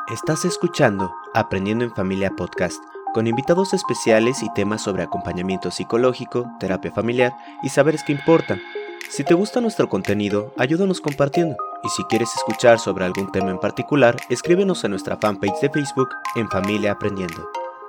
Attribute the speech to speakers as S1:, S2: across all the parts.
S1: Estás escuchando Aprendiendo en Familia Podcast, con invitados especiales y temas sobre acompañamiento psicológico, terapia familiar y saberes que importan. Si te gusta nuestro contenido, ayúdanos compartiendo. Y si quieres escuchar sobre algún tema en particular, escríbenos a nuestra fanpage de Facebook en Familia Aprendiendo.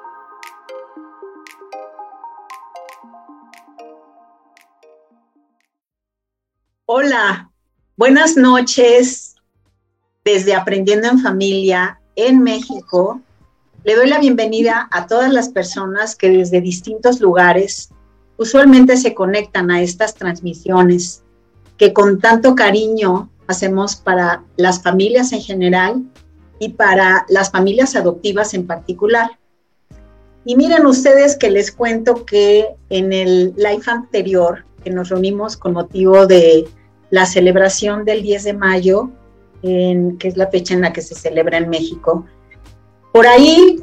S2: Hola, buenas noches desde Aprendiendo en Familia en México. Le doy la bienvenida a todas las personas que desde distintos lugares usualmente se conectan a estas transmisiones que con tanto cariño hacemos para las familias en general y para las familias adoptivas en particular. Y miren ustedes que les cuento que en el live anterior, que nos reunimos con motivo de la celebración del 10 de mayo, que es la fecha en la que se celebra en México. Por ahí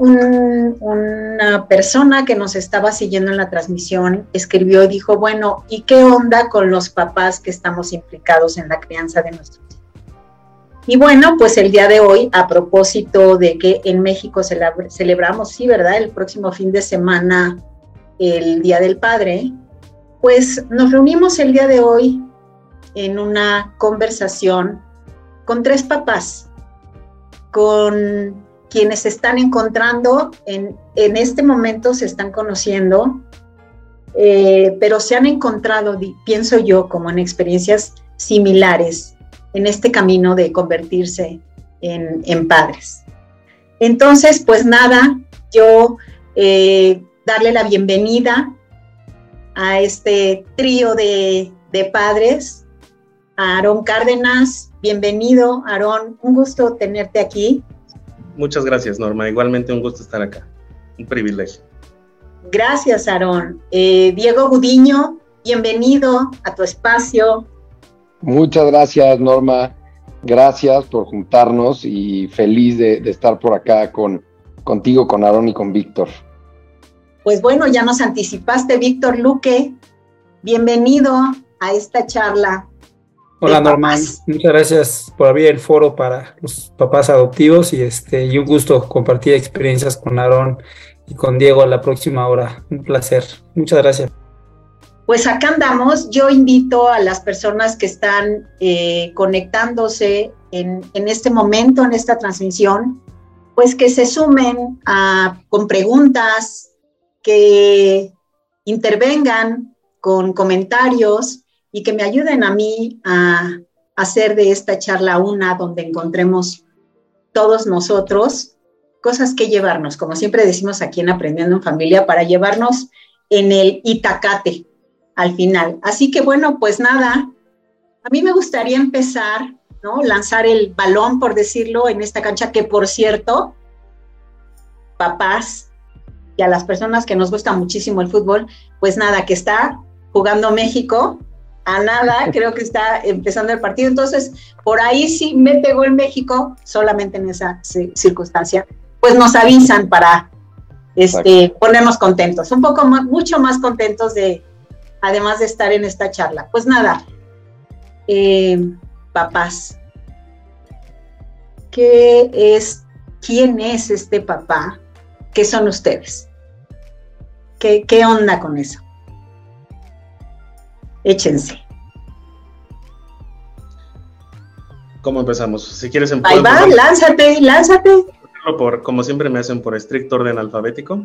S2: una persona que nos estaba siguiendo en la transmisión escribió y dijo, bueno, ¿y qué onda con los papás que estamos implicados en la crianza de nuestros hijos? Y bueno, pues el día de hoy, a propósito de que en México celebramos, sí, ¿verdad?, el próximo fin de semana, el Día del Padre, pues nos reunimos el día de hoy en una conversación con 3 papás, con quienes se están encontrando, en este momento se están conociendo, pero se han encontrado, pienso yo, como en experiencias similares en este camino de convertirse en padres. Entonces, pues nada, yo darle la bienvenida a este trío de padres, a Aarón Cárdenas. Bienvenido, Aarón, un gusto tenerte aquí.
S3: Muchas gracias, Norma, igualmente un gusto estar acá, un privilegio.
S2: Gracias, Aarón. Diego Gudiño, bienvenido a tu espacio.
S4: Muchas gracias, Norma, gracias por juntarnos y feliz de estar por acá contigo, con Aarón y con Víctor.
S2: Pues bueno, ya nos anticipaste, Víctor Luque, bienvenido a esta charla.
S5: Hola Norma, muchas gracias por abrir el foro para los papás adoptivos y un gusto compartir experiencias con Aarón y con Diego a la próxima hora. Un placer, muchas gracias.
S2: Pues acá andamos. Yo invito a las personas que están conectándose en este momento, en esta transmisión, pues que se sumen con preguntas, que intervengan con comentarios y que me ayuden a mí a hacer de esta charla una donde encontremos todos nosotros cosas que llevarnos, como siempre decimos aquí en Aprendiendo en Familia, para llevarnos en el itacate al final. Así que bueno, pues nada, a mí me gustaría empezar, ¿no?, lanzar el balón, por decirlo, en esta cancha que, por cierto, papás y a las personas que nos gusta muchísimo el fútbol, pues nada, que está jugando México. A nada, creo que está empezando el partido. Entonces, por ahí sí mete gol México, solamente en esa circunstancia, pues nos avisan para ponernos contentos, un poco más, mucho más contentos además de estar en esta charla. Pues nada, papás, ¿quién es este papá? ¿Qué son ustedes? ¿Qué onda con eso? Échense.
S3: ¿Cómo empezamos? Si quieres
S2: Ahí va, lánzate.
S3: Como siempre me hacen por estricto orden alfabético.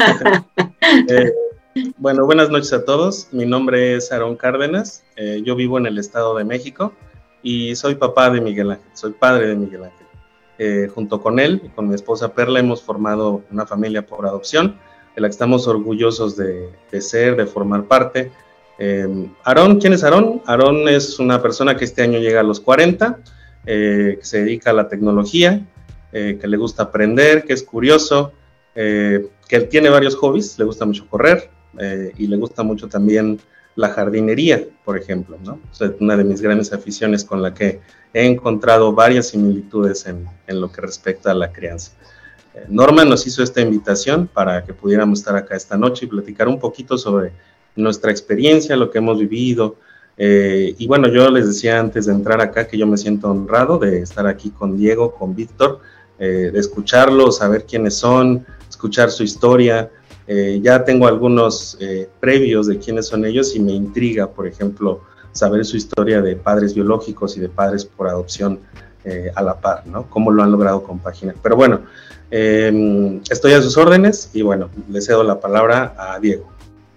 S3: Bueno, buenas noches a todos. Mi nombre es Aarón Cárdenas. Yo vivo en el Estado de México y soy papá de Miguel Ángel. Soy padre de Miguel Ángel. Junto con él y con mi esposa Perla hemos formado una familia por adopción, de la que estamos orgullosos de formar parte. Aarón, ¿quién es Aarón? Aarón es una persona que este año llega a los 40, que se dedica a la tecnología, que le gusta aprender, que es curioso, que tiene varios hobbies, le gusta mucho correr y le gusta mucho también la jardinería, por ejemplo, ¿no? O sea, una de mis grandes aficiones con la que he encontrado varias similitudes en lo que respecta a la crianza. Norma nos hizo esta invitación para que pudiéramos estar acá esta noche y platicar un poquito sobre nuestra experiencia, lo que hemos vivido, y bueno, yo les decía antes de entrar acá que yo me siento honrado de estar aquí con Diego, con Víctor, de escucharlos, saber quiénes son, escuchar su historia. Ya tengo algunos previos de quiénes son ellos y me intriga, por ejemplo, saber su historia de padres biológicos y de padres por adopción a la par, ¿no? Cómo lo han logrado compaginar. Pero bueno, estoy a sus órdenes y bueno, le cedo la palabra a Diego.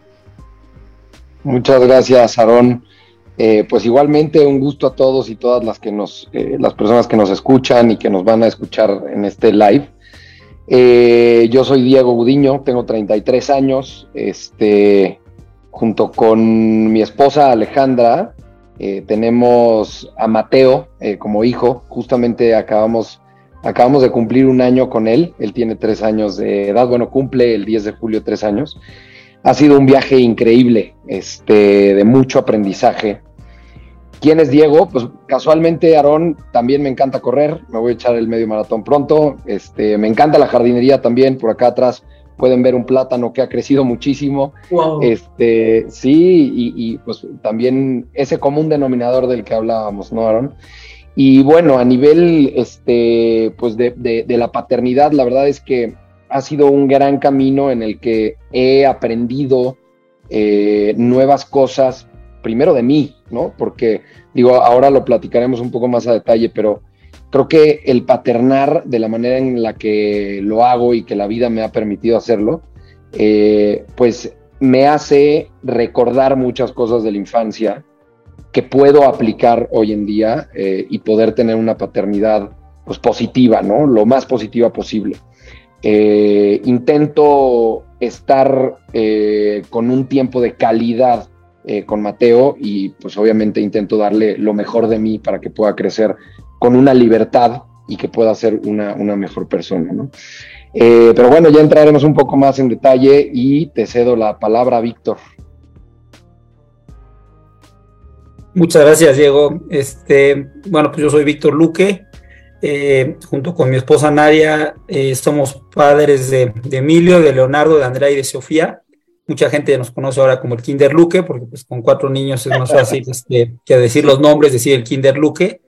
S4: Muchas gracias, Aarón. Pues igualmente un gusto a todos y todas las personas que nos escuchan y que nos van a escuchar en este live. Yo soy Diego Gudiño, tengo 33 años, junto con mi esposa Alejandra, tenemos a Mateo como hijo. Justamente acabamos de cumplir un año con él tiene 3 años de edad, bueno, cumple el 10 de julio 3 años. Ha sido un viaje increíble, de mucho aprendizaje. ¿Quién es Diego? Pues casualmente, Aarón, también me encanta correr, me voy a echar el medio maratón pronto, me encanta la jardinería también. Por acá atrás pueden ver un plátano que ha crecido muchísimo.
S2: Wow.
S4: Sí, y pues también ese común denominador del que hablábamos, ¿no, Aarón? Y bueno, a nivel pues de la paternidad, la verdad es que ha sido un gran camino en el que he aprendido nuevas cosas, primero de mí, ¿no? Porque, ahora lo platicaremos un poco más a detalle, pero creo que el paternar de la manera en la que lo hago y que la vida me ha permitido hacerlo, pues me hace recordar muchas cosas de la infancia que puedo aplicar hoy en día y poder tener una paternidad pues positiva, ¿no? Lo más positiva posible. Intento estar con un tiempo de calidad con Mateo y pues obviamente intento darle lo mejor de mí para que pueda crecer con una libertad y que pueda ser una mejor persona, ¿no? Pero bueno, ya entraremos un poco más en detalle y te cedo la palabra, Víctor.
S5: Muchas gracias, Diego. Bueno, pues yo soy Víctor Luque. Junto con mi esposa Nadia, somos padres de Emilio, de Leonardo, de Andrea y de Sofía. Mucha gente nos conoce ahora como el Kinder Luque, porque pues con 4 niños es más fácil que decir los nombres, decir el Kinder Luque.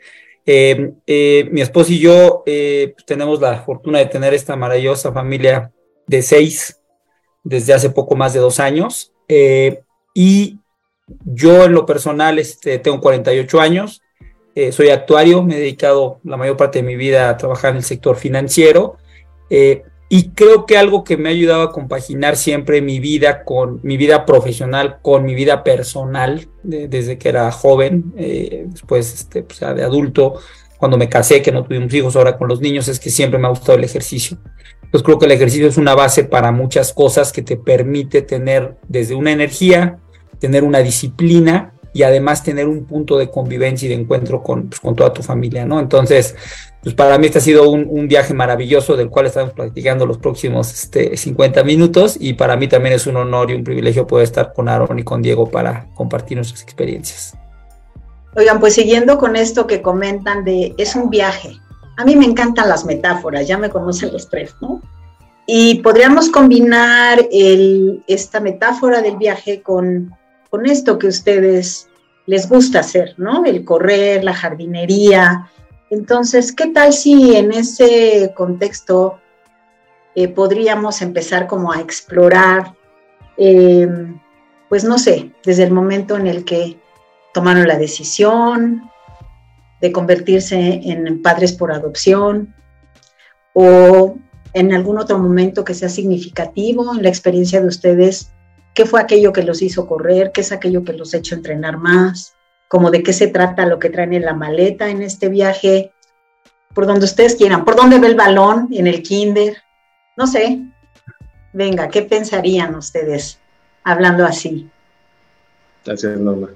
S5: Mi esposa y yo pues tenemos la fortuna de tener esta maravillosa familia de 6 desde hace poco más de 2 años. Y yo en lo personal tengo 48 años. Soy actuario, me he dedicado la mayor parte de mi vida a trabajar en el sector financiero y creo que algo que me ha ayudado a compaginar siempre mi vida profesional con mi vida personal, desde que era joven, después pues, de adulto, cuando me casé, que no tuvimos hijos, ahora con los niños, es que siempre me ha gustado el ejercicio. Entonces creo que el ejercicio es una base para muchas cosas que te permite tener desde una energía, tener una disciplina y además tener un punto de convivencia y de encuentro con toda tu familia, ¿no? Entonces, pues para mí este ha sido un viaje maravilloso del cual estamos platicando los próximos 50 minutos y para mí también es un honor y un privilegio poder estar con Aarón y con Diego para compartir nuestras experiencias.
S2: Oigan, pues siguiendo con esto que comentan es un viaje. A mí me encantan las metáforas, ya me conocen los 3, ¿no? Y podríamos combinar esta metáfora del viaje con esto que a ustedes les gusta hacer, ¿no? El correr, la jardinería. Entonces, ¿qué tal si en ese contexto podríamos empezar como a explorar, pues no sé, desde el momento en el que tomaron la decisión de convertirse en padres por adopción o en algún otro momento que sea significativo en la experiencia de ustedes? ¿Qué fue aquello que los hizo correr? ¿Qué es aquello que los ha hecho entrenar más? ¿Cómo de qué se trata lo que traen en la maleta en este viaje? Por donde ustedes quieran. ¿Por dónde ve el balón en el kinder? No sé. Venga, ¿qué pensarían ustedes hablando así?
S3: Gracias, Norma.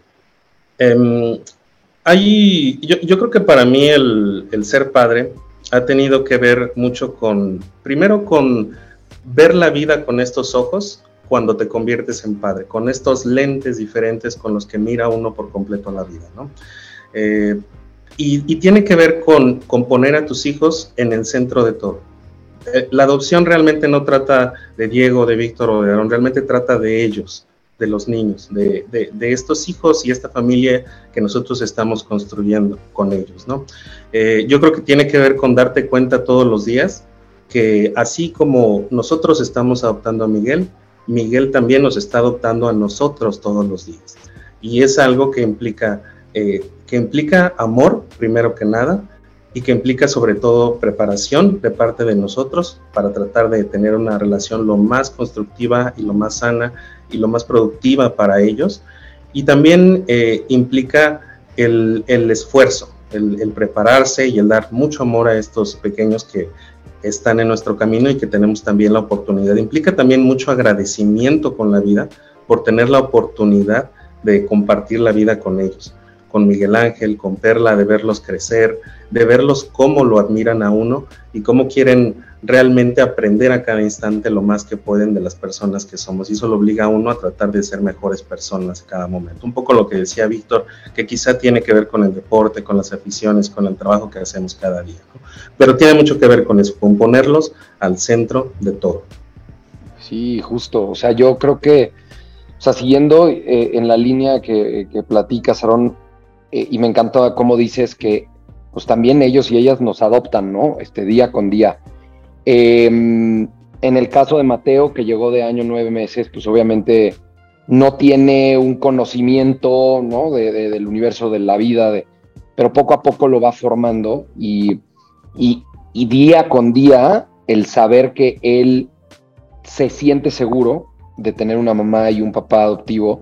S3: Yo creo que para mí el ser padre ha tenido que ver mucho primero con ver la vida con estos ojos cuando te conviertes en padre, con estos lentes diferentes con los que mira uno por completo la vida, ¿no? Y tiene que ver con poner a tus hijos en el centro de todo. La adopción realmente no trata de Diego, de Víctor o de Aarón, realmente trata de ellos, de los niños, de estos hijos y esta familia que nosotros estamos construyendo con ellos, ¿no? Yo creo que tiene que ver con darte cuenta todos los días que así como nosotros estamos adoptando a Miguel, Miguel también nos está adoptando a nosotros todos los días. Y es algo que implica amor, primero que nada, y que implica sobre todo preparación de parte de nosotros para tratar de tener una relación lo más constructiva y lo más sana y lo más productiva para ellos. Y también implica el esfuerzo, el prepararse y el dar mucho amor a estos pequeños que están en nuestro camino y que tenemos también la oportunidad. Implica también mucho agradecimiento con la vida por tener la oportunidad de compartir la vida con ellos, con Miguel Ángel, con Perla, de verlos crecer, de verlos cómo lo admiran a uno y cómo quieren realmente aprender a cada instante lo más que pueden de las personas que somos, y eso lo obliga a uno a tratar de ser mejores personas a cada momento. Un poco lo que decía Víctor, que quizá tiene que ver con el deporte, con las aficiones, con el trabajo que hacemos cada día, ¿no? Pero tiene mucho que ver con eso, con ponerlos al centro de todo.
S4: Sí, justo, o sea, yo creo que, o sea, siguiendo en la línea que platicas, Aarón, y me encanta cómo dices que pues también ellos y ellas nos adoptan, ¿no? Día con día. En el caso de Mateo, que llegó de año 9 meses, pues obviamente no tiene un conocimiento, ¿no? Del universo de la vida, pero poco a poco lo va formando y día con día el saber que él se siente seguro de tener una mamá y un papá adoptivo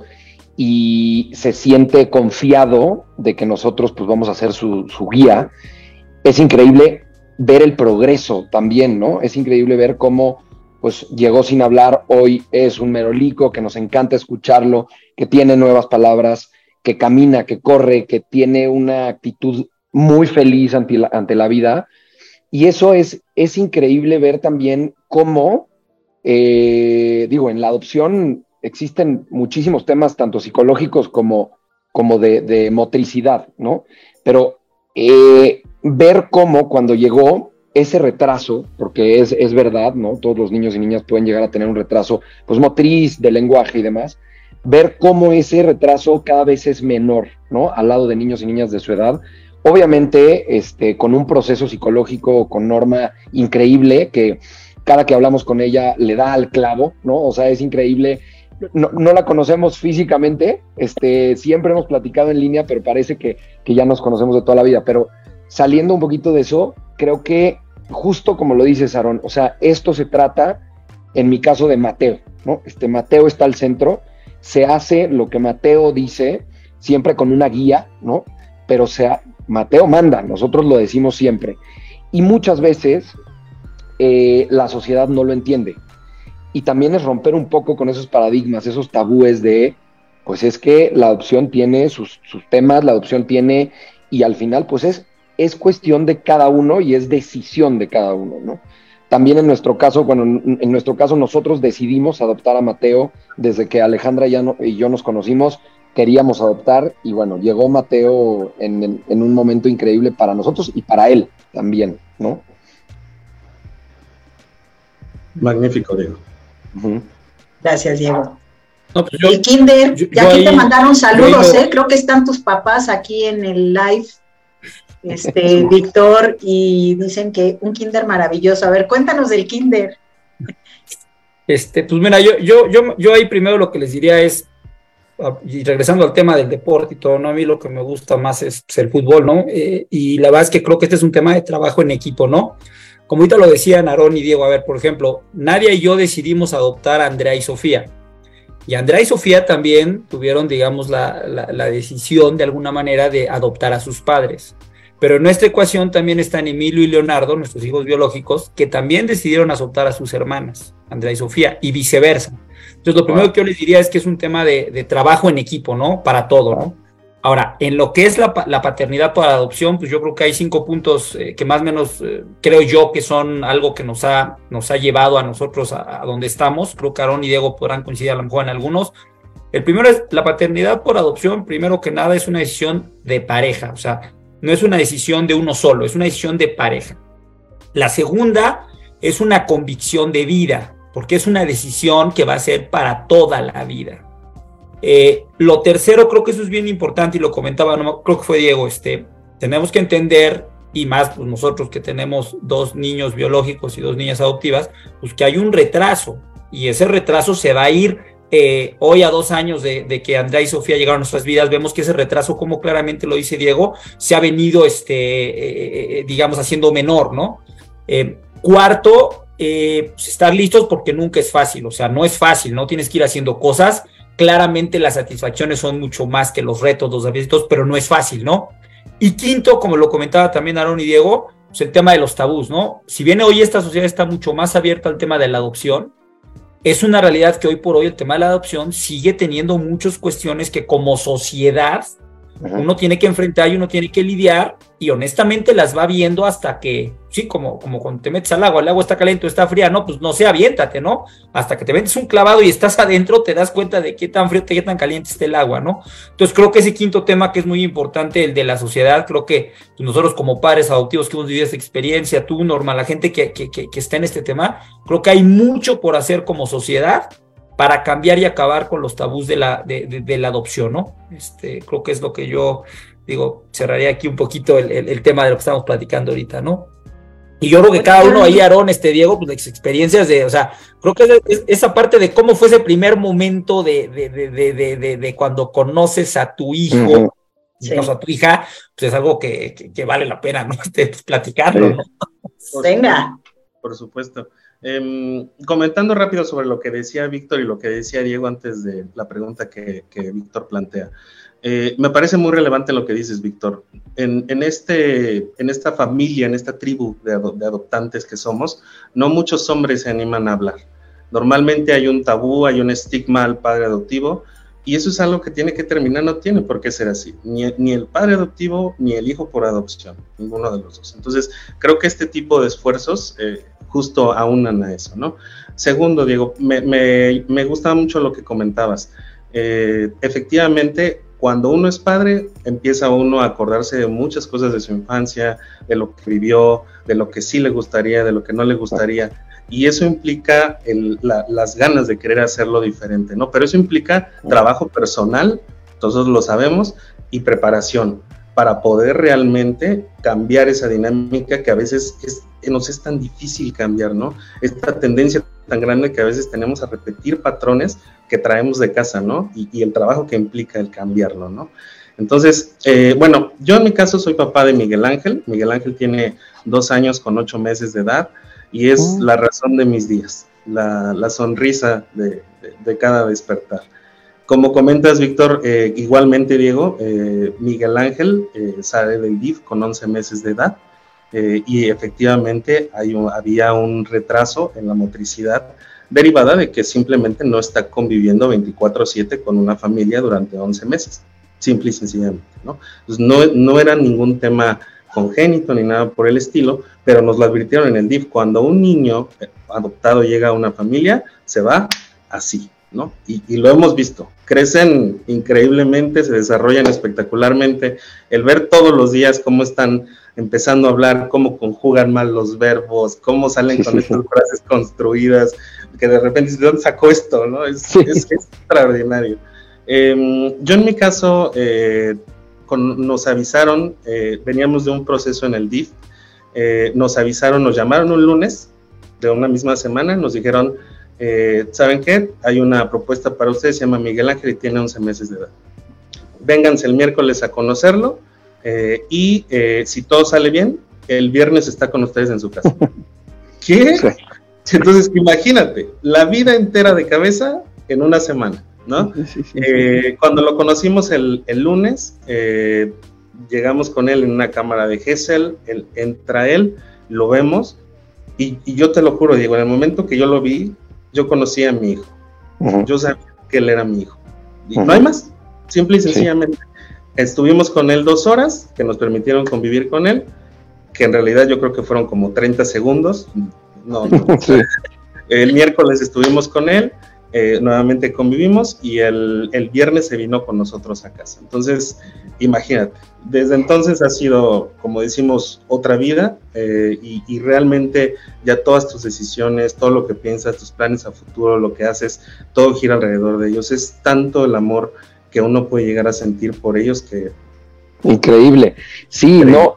S4: y se siente confiado de que nosotros pues vamos a ser su guía. Es increíble ver el progreso también, ¿no? Es increíble ver cómo pues llegó sin hablar, hoy es un merolico, que nos encanta escucharlo, que tiene nuevas palabras, que camina, que corre, que tiene una actitud muy feliz ante la vida. Y eso es increíble ver también cómo, en la adopción existen muchísimos temas, tanto psicológicos como de motricidad, ¿no? Pero ver cómo cuando llegó ese retraso, porque es verdad, ¿no? Todos los niños y niñas pueden llegar a tener un retraso, pues motriz, de lenguaje y demás, ver cómo ese retraso cada vez es menor, ¿no? Al lado de niños y niñas de su edad. Obviamente, con un proceso psicológico con Norma increíble, que cada que hablamos con ella le da al clavo, ¿no? O sea, es increíble. No la conocemos físicamente, siempre hemos platicado en línea, pero parece que ya nos conocemos de toda la vida. Pero saliendo un poquito de eso, creo que justo como lo dices, Aarón, o sea, esto se trata, en mi caso, de Mateo, ¿no? Mateo está al centro, se hace lo que Mateo dice, siempre con una guía, ¿no? Pero Mateo manda, nosotros lo decimos siempre. Y muchas veces la sociedad no lo entiende. Y también es romper un poco con esos paradigmas, esos tabúes de, pues es que la adopción tiene sus temas, la adopción tiene, y al final pues es cuestión de cada uno y es decisión de cada uno, ¿no? También en nuestro caso, nosotros decidimos adoptar a Mateo desde que Alejandra y yo nos conocimos, queríamos adoptar, y bueno, llegó Mateo en un momento increíble para nosotros y para él también, ¿no?
S3: Magnífico, Diego.
S2: Uh-huh. Gracias, Diego.
S5: No, pues
S2: el kinder, ya aquí te mandaron saludos, creo que están tus papás aquí en el live, Víctor, y dicen que un kinder maravilloso. A ver, cuéntanos del kinder.
S5: Pues mira, yo ahí primero lo que les diría es, y regresando al tema del deporte y todo, ¿no? A mí lo que me gusta más es el fútbol, ¿no? Y la verdad es que creo que este es un tema de trabajo en equipo, ¿no? Como ahorita lo decían Aarón y Diego, a ver, por ejemplo, Nadia y yo decidimos adoptar a Andrea y Sofía. Y Andrea y Sofía también tuvieron, digamos, la decisión de alguna manera de adoptar a sus padres. Pero en nuestra ecuación también están Emilio y Leonardo, nuestros hijos biológicos, que también decidieron adoptar a sus hermanas, Andrea y Sofía, y viceversa. Entonces, lo primero que yo les diría es que es un tema de trabajo en equipo, ¿no? Para todo, ¿no? Ahora, en lo que es la paternidad por adopción, pues yo creo que hay 5 puntos que más o menos creo yo que son algo que nos ha llevado a nosotros a donde estamos. Creo que Aarón y Diego podrán coincidir a lo mejor en algunos. El primero es la paternidad por adopción, primero que nada es una decisión de pareja, o sea, no es una decisión de uno solo, es una decisión de pareja. La segunda es una convicción de vida, porque es una decisión que va a ser para toda la vida. Lo tercero, creo que eso es bien importante y lo comentaba, no, creo que fue Diego, tenemos que entender, y más pues nosotros que tenemos 2 niños biológicos y 2 niñas adoptivas, pues que hay un retraso, y ese retraso se va a ir hoy a 2 años de que Andrea y Sofía llegaron a nuestras vidas. Vemos que ese retraso, como claramente lo dice Diego, se ha venido, digamos, haciendo menor, ¿no? Cuarto, pues estar listos, porque nunca es fácil, o sea, no es fácil, ¿no? Tienes que ir haciendo cosas. Claramente las satisfacciones son mucho más que los retos, los desafíos, pero no es fácil, ¿no? Y quinto, como lo comentaba también Aarón y Diego, pues el tema de los tabús, ¿no? Si bien hoy esta sociedad está mucho más abierta al tema de la adopción, es una realidad que hoy por hoy el tema de la adopción sigue teniendo muchas cuestiones que como sociedad uno tiene que enfrentar y uno tiene que lidiar, y honestamente las va viendo hasta que, sí, como cuando te metes al agua, el agua está caliente o está fría, no, pues no sé, aviéntate, ¿no? Hasta que te metes un clavado y estás adentro, te das cuenta de qué tan frío, qué tan caliente está el agua, ¿no? Entonces creo que ese quinto tema, que es muy importante, el de la sociedad, creo que nosotros como padres adoptivos que hemos vivido esta experiencia, tú, Norma, la gente que está en este tema, creo que hay mucho por hacer como sociedad para cambiar y acabar con los tabús de la adopción, ¿no? Creo que es lo que yo digo, cerraría aquí un poquito el tema de lo que estamos platicando ahorita, ¿no? Y yo creo que cada uno ahí, Aarón, Diego, pues las experiencias o sea, creo que esa parte de cómo fue ese primer momento de cuando conoces a tu hijo, sí, o a tu hija, pues es algo que vale la pena, ¿no? Pues platicarlo, ¿no?
S2: Venga.
S3: Por supuesto. Comentando rápido sobre lo que decía Víctor y lo que decía Diego antes de la pregunta que Víctor plantea. Me parece muy relevante lo que dices, Víctor. En esta familia, en esta tribu de adoptantes que somos, no muchos hombres se animan a hablar. Normalmente hay un tabú, hay un estigma al padre adoptivo, y eso es algo que tiene que terminar, no tiene por qué ser así. Ni el padre adoptivo, ni el hijo por adopción, ninguno de los dos. Entonces, creo que este tipo de esfuerzos justo aunan a eso, ¿no? Segundo, Diego, me gusta mucho lo que comentabas. Efectivamente, cuando uno es padre, empieza uno a acordarse de muchas cosas de su infancia, de lo que vivió, de lo que sí le gustaría, de lo que no le gustaría, y eso implica las ganas de querer hacerlo diferente, ¿no? Pero eso implica trabajo personal, todos lo sabemos, y preparación para poder realmente cambiar esa dinámica que a veces nos es tan difícil cambiar, ¿no? Esta tendencia tan grande que a veces tenemos a repetir patrones que traemos de casa, ¿no? Y el trabajo que implica el cambiarlo, ¿no? Entonces, bueno, yo en mi caso soy papá de Miguel Ángel. Miguel Ángel tiene 2 años con 8 meses de edad y es la razón de mis días, la sonrisa de cada despertar. Como comentas, Víctor, igualmente, Diego, Miguel Ángel sale del DIF con 11 meses de edad y efectivamente había un retraso en la motricidad derivada de que simplemente no está conviviendo 24/7 con una familia durante 11 meses, simple y sencillamente, ¿no? Entonces no era ningún tema congénito ni nada por el estilo, pero nos lo advirtieron en el DIF, cuando un niño adoptado llega a una familia, se va así, ¿no? Y lo hemos visto, crecen increíblemente, se desarrollan espectacularmente, el ver todos los días cómo están empezando a hablar, cómo conjugan mal los verbos, cómo salen con estas frases construidas, que de repente, ¿de dónde sacó esto? ¿No? Es extraordinario. Yo en mi caso, nos avisaron, veníamos de un proceso en el DIF, nos avisaron, nos llamaron un lunes de una misma semana, nos dijeron, ¿saben qué? Hay una propuesta para ustedes, se llama Miguel Ángel y tiene 11 meses de edad. Vénganse el miércoles a conocerlo y si todo sale bien, el viernes está con ustedes en su casa. ¿Qué? Sí. Entonces, imagínate, la vida entera de cabeza en una semana, ¿no? Sí. Cuando lo conocimos el lunes, llegamos con él en una cámara de Gesell, entra él, lo vemos, y yo te lo juro, Diego, en el momento que yo lo vi, yo conocí a mi hijo. Yo sabía que él era mi hijo. Y no hay más, simple y sencillamente. Sí. Estuvimos con él 2 horas, que nos permitieron convivir con él, que en realidad yo creo que fueron como 30 segundos. No. Sí. El miércoles estuvimos con él nuevamente convivimos y el viernes se vino con nosotros a casa. Entonces, imagínate, desde entonces ha sido, como decimos, otra vida, y realmente ya todas tus decisiones, todo lo que piensas, tus planes a futuro, lo que haces, todo gira alrededor de ellos. Es tanto el amor que uno puede llegar a sentir por ellos que...
S4: Increíble. Sí, increíble. No.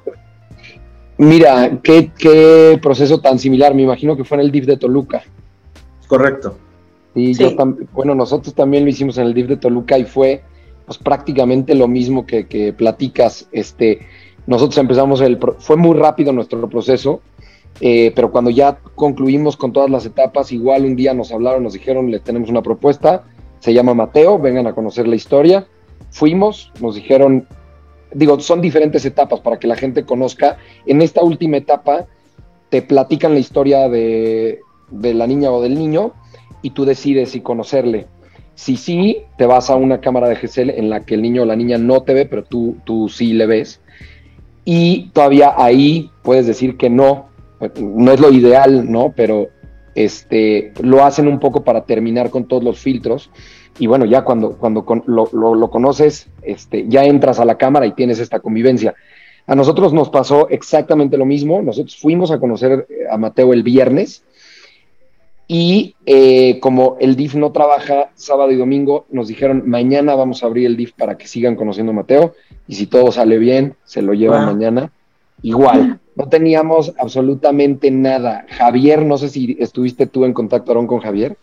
S4: Mira, qué proceso tan similar. Me imagino que fue en el DIF de Toluca.
S3: Correcto.
S4: Sí. Bueno, nosotros también lo hicimos en el DIF de Toluca y fue pues prácticamente lo mismo que platicas. Nosotros empezamos, fue muy rápido nuestro proceso, pero cuando ya concluimos con todas las etapas, igual un día nos hablaron, nos dijeron, les tenemos una propuesta, se llama Mateo, vengan a conocer la historia. Fuimos, nos dijeron, son diferentes etapas para que la gente conozca. En esta última etapa te platican la historia de la niña o del niño y tú decides si conocerle. Si sí, te vas a una cámara de GESEL en la que el niño o la niña no te ve, pero tú sí le ves. Y todavía ahí puedes decir que no es lo ideal, ¿no? Pero lo hacen un poco para terminar con todos los filtros. Y bueno, ya cuando lo conoces, ya entras a la cámara y tienes esta convivencia. A nosotros nos pasó exactamente lo mismo. Nosotros fuimos a conocer a Mateo el viernes y como el DIF no trabaja sábado y domingo, nos dijeron, mañana vamos a abrir el DIF para que sigan conociendo a Mateo y si todo sale bien, se lo llevan mañana. Igual, no teníamos absolutamente nada. Javier, no sé si estuviste tú en contacto, Aarón, con Javier.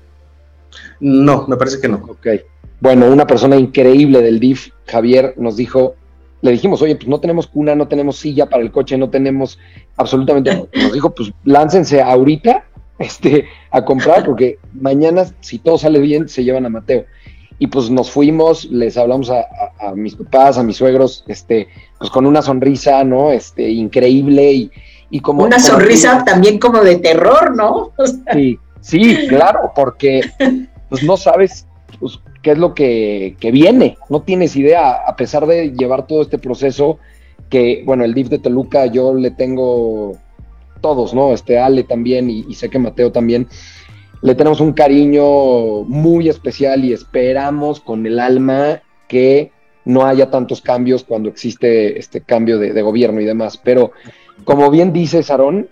S3: No, me parece que no.
S4: Ok. Bueno, una persona increíble del DIF, Javier, nos dijo, le dijimos, oye, pues no tenemos cuna, no tenemos silla para el coche, no tenemos absolutamente, nos dijo, pues láncense ahorita a comprar, porque mañana, si todo sale bien, se llevan a Mateo. Y pues nos fuimos, les hablamos a mis papás, a mis suegros, pues con una sonrisa, ¿no? Increíble y como...
S2: Una sonrisa también como de terror, ¿no?
S4: O sea... Sí, claro, porque pues no sabes pues, qué es lo que viene, no tienes idea, a pesar de llevar todo este proceso que, bueno, el DIF de Toluca yo le tengo todos, ¿no? Ale también y sé que Mateo también, le tenemos un cariño muy especial y esperamos con el alma que no haya tantos cambios cuando existe este cambio de gobierno y demás, pero como bien dices, Aarón,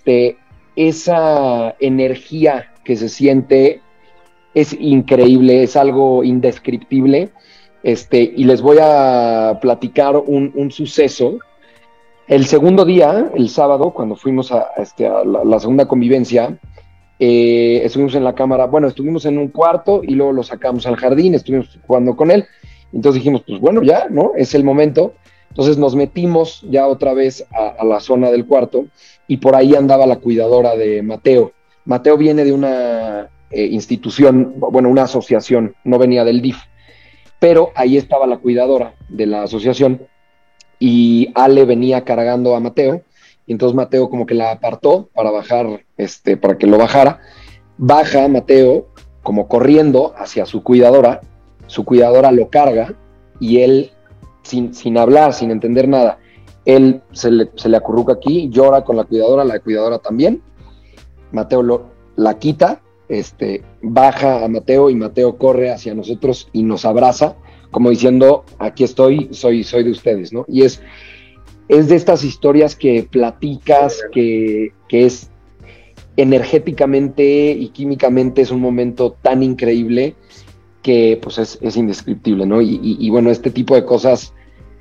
S4: esa energía que se siente es increíble, es algo indescriptible, y les voy a platicar un suceso. El segundo día, el sábado, cuando fuimos a la segunda convivencia, estuvimos en la cámara, bueno, estuvimos en un cuarto y luego lo sacamos al jardín, estuvimos jugando con él, entonces dijimos, pues bueno, ya, ¿no? Es el momento. Entonces nos metimos ya otra vez a la zona del cuarto y por ahí andaba la cuidadora de Mateo. Mateo viene de una institución, bueno, una asociación, no venía del DIF, pero ahí estaba la cuidadora de la asociación y Ale venía cargando a Mateo y entonces Mateo como que la apartó para bajar, para que lo bajara. Baja Mateo como corriendo hacia su cuidadora lo carga y él sin hablar, sin entender nada, él se le acurruca aquí, llora con la cuidadora también. Mateo la quita, baja a Mateo y Mateo corre hacia nosotros y nos abraza, como diciendo, aquí estoy, soy de ustedes, ¿no? Y es de estas historias que platicas, que es energéticamente y químicamente es un momento tan increíble que pues es indescriptible, ¿no? Y bueno, este tipo de cosas,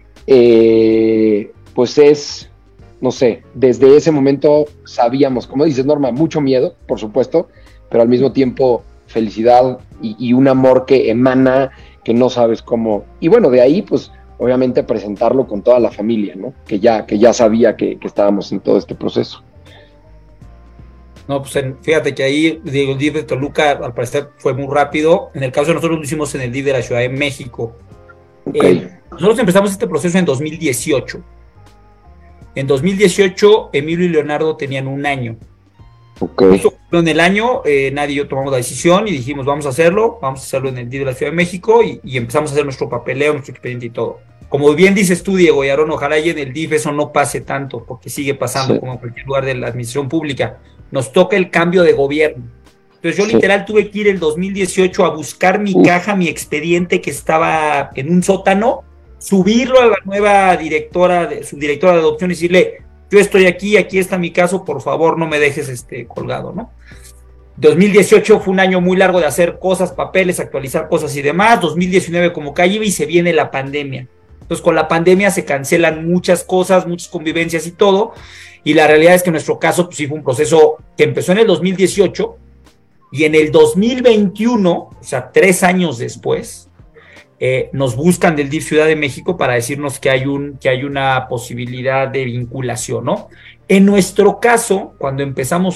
S4: pues es, no sé, desde ese momento sabíamos, como dices, Norma, mucho miedo, por supuesto, pero al mismo tiempo felicidad y un amor que emana, que no sabes cómo, y bueno, de ahí, pues, obviamente presentarlo con toda la familia, ¿no? Que ya sabía que estábamos en todo este proceso.
S5: No, pues fíjate que ahí el DIF de Toluca al parecer fue muy rápido. En el caso de nosotros lo hicimos en el DIF de la Ciudad de México.
S4: Okay.
S5: Nosotros empezamos este proceso en 2018. En 2018 Emilio y Leonardo tenían 1 año.
S4: Okay.
S5: Justo en el año nadie y yo tomamos la decisión y dijimos vamos a hacerlo en el DIF de la Ciudad de México y empezamos a hacer nuestro papeleo, nuestro expediente y todo. Como bien dices tú, Diego y Aarón, ojalá y en el DIF eso no pase tanto, porque sigue pasando como en cualquier lugar de la administración pública. Nos toca el cambio de gobierno.
S6: Entonces yo literal tuve que ir el 2018 a buscar mi caja, mi expediente que estaba en un sótano, subirlo a la nueva subdirectora de adopción y decirle, yo estoy aquí está mi caso, por favor no me dejes colgado, ¿no? 2018 fue un año muy largo de hacer cosas, papeles, actualizar cosas y demás. 2019 como calle y se viene la pandemia. Entonces con la pandemia se cancelan muchas cosas, muchas convivencias y todo, y la realidad es que en nuestro caso pues sí fue un proceso que empezó en el 2018 y en el 2021, o sea 3 años después, nos buscan del DIF Ciudad de México para decirnos que hay una posibilidad de vinculación, ¿no? En nuestro caso, cuando empezamos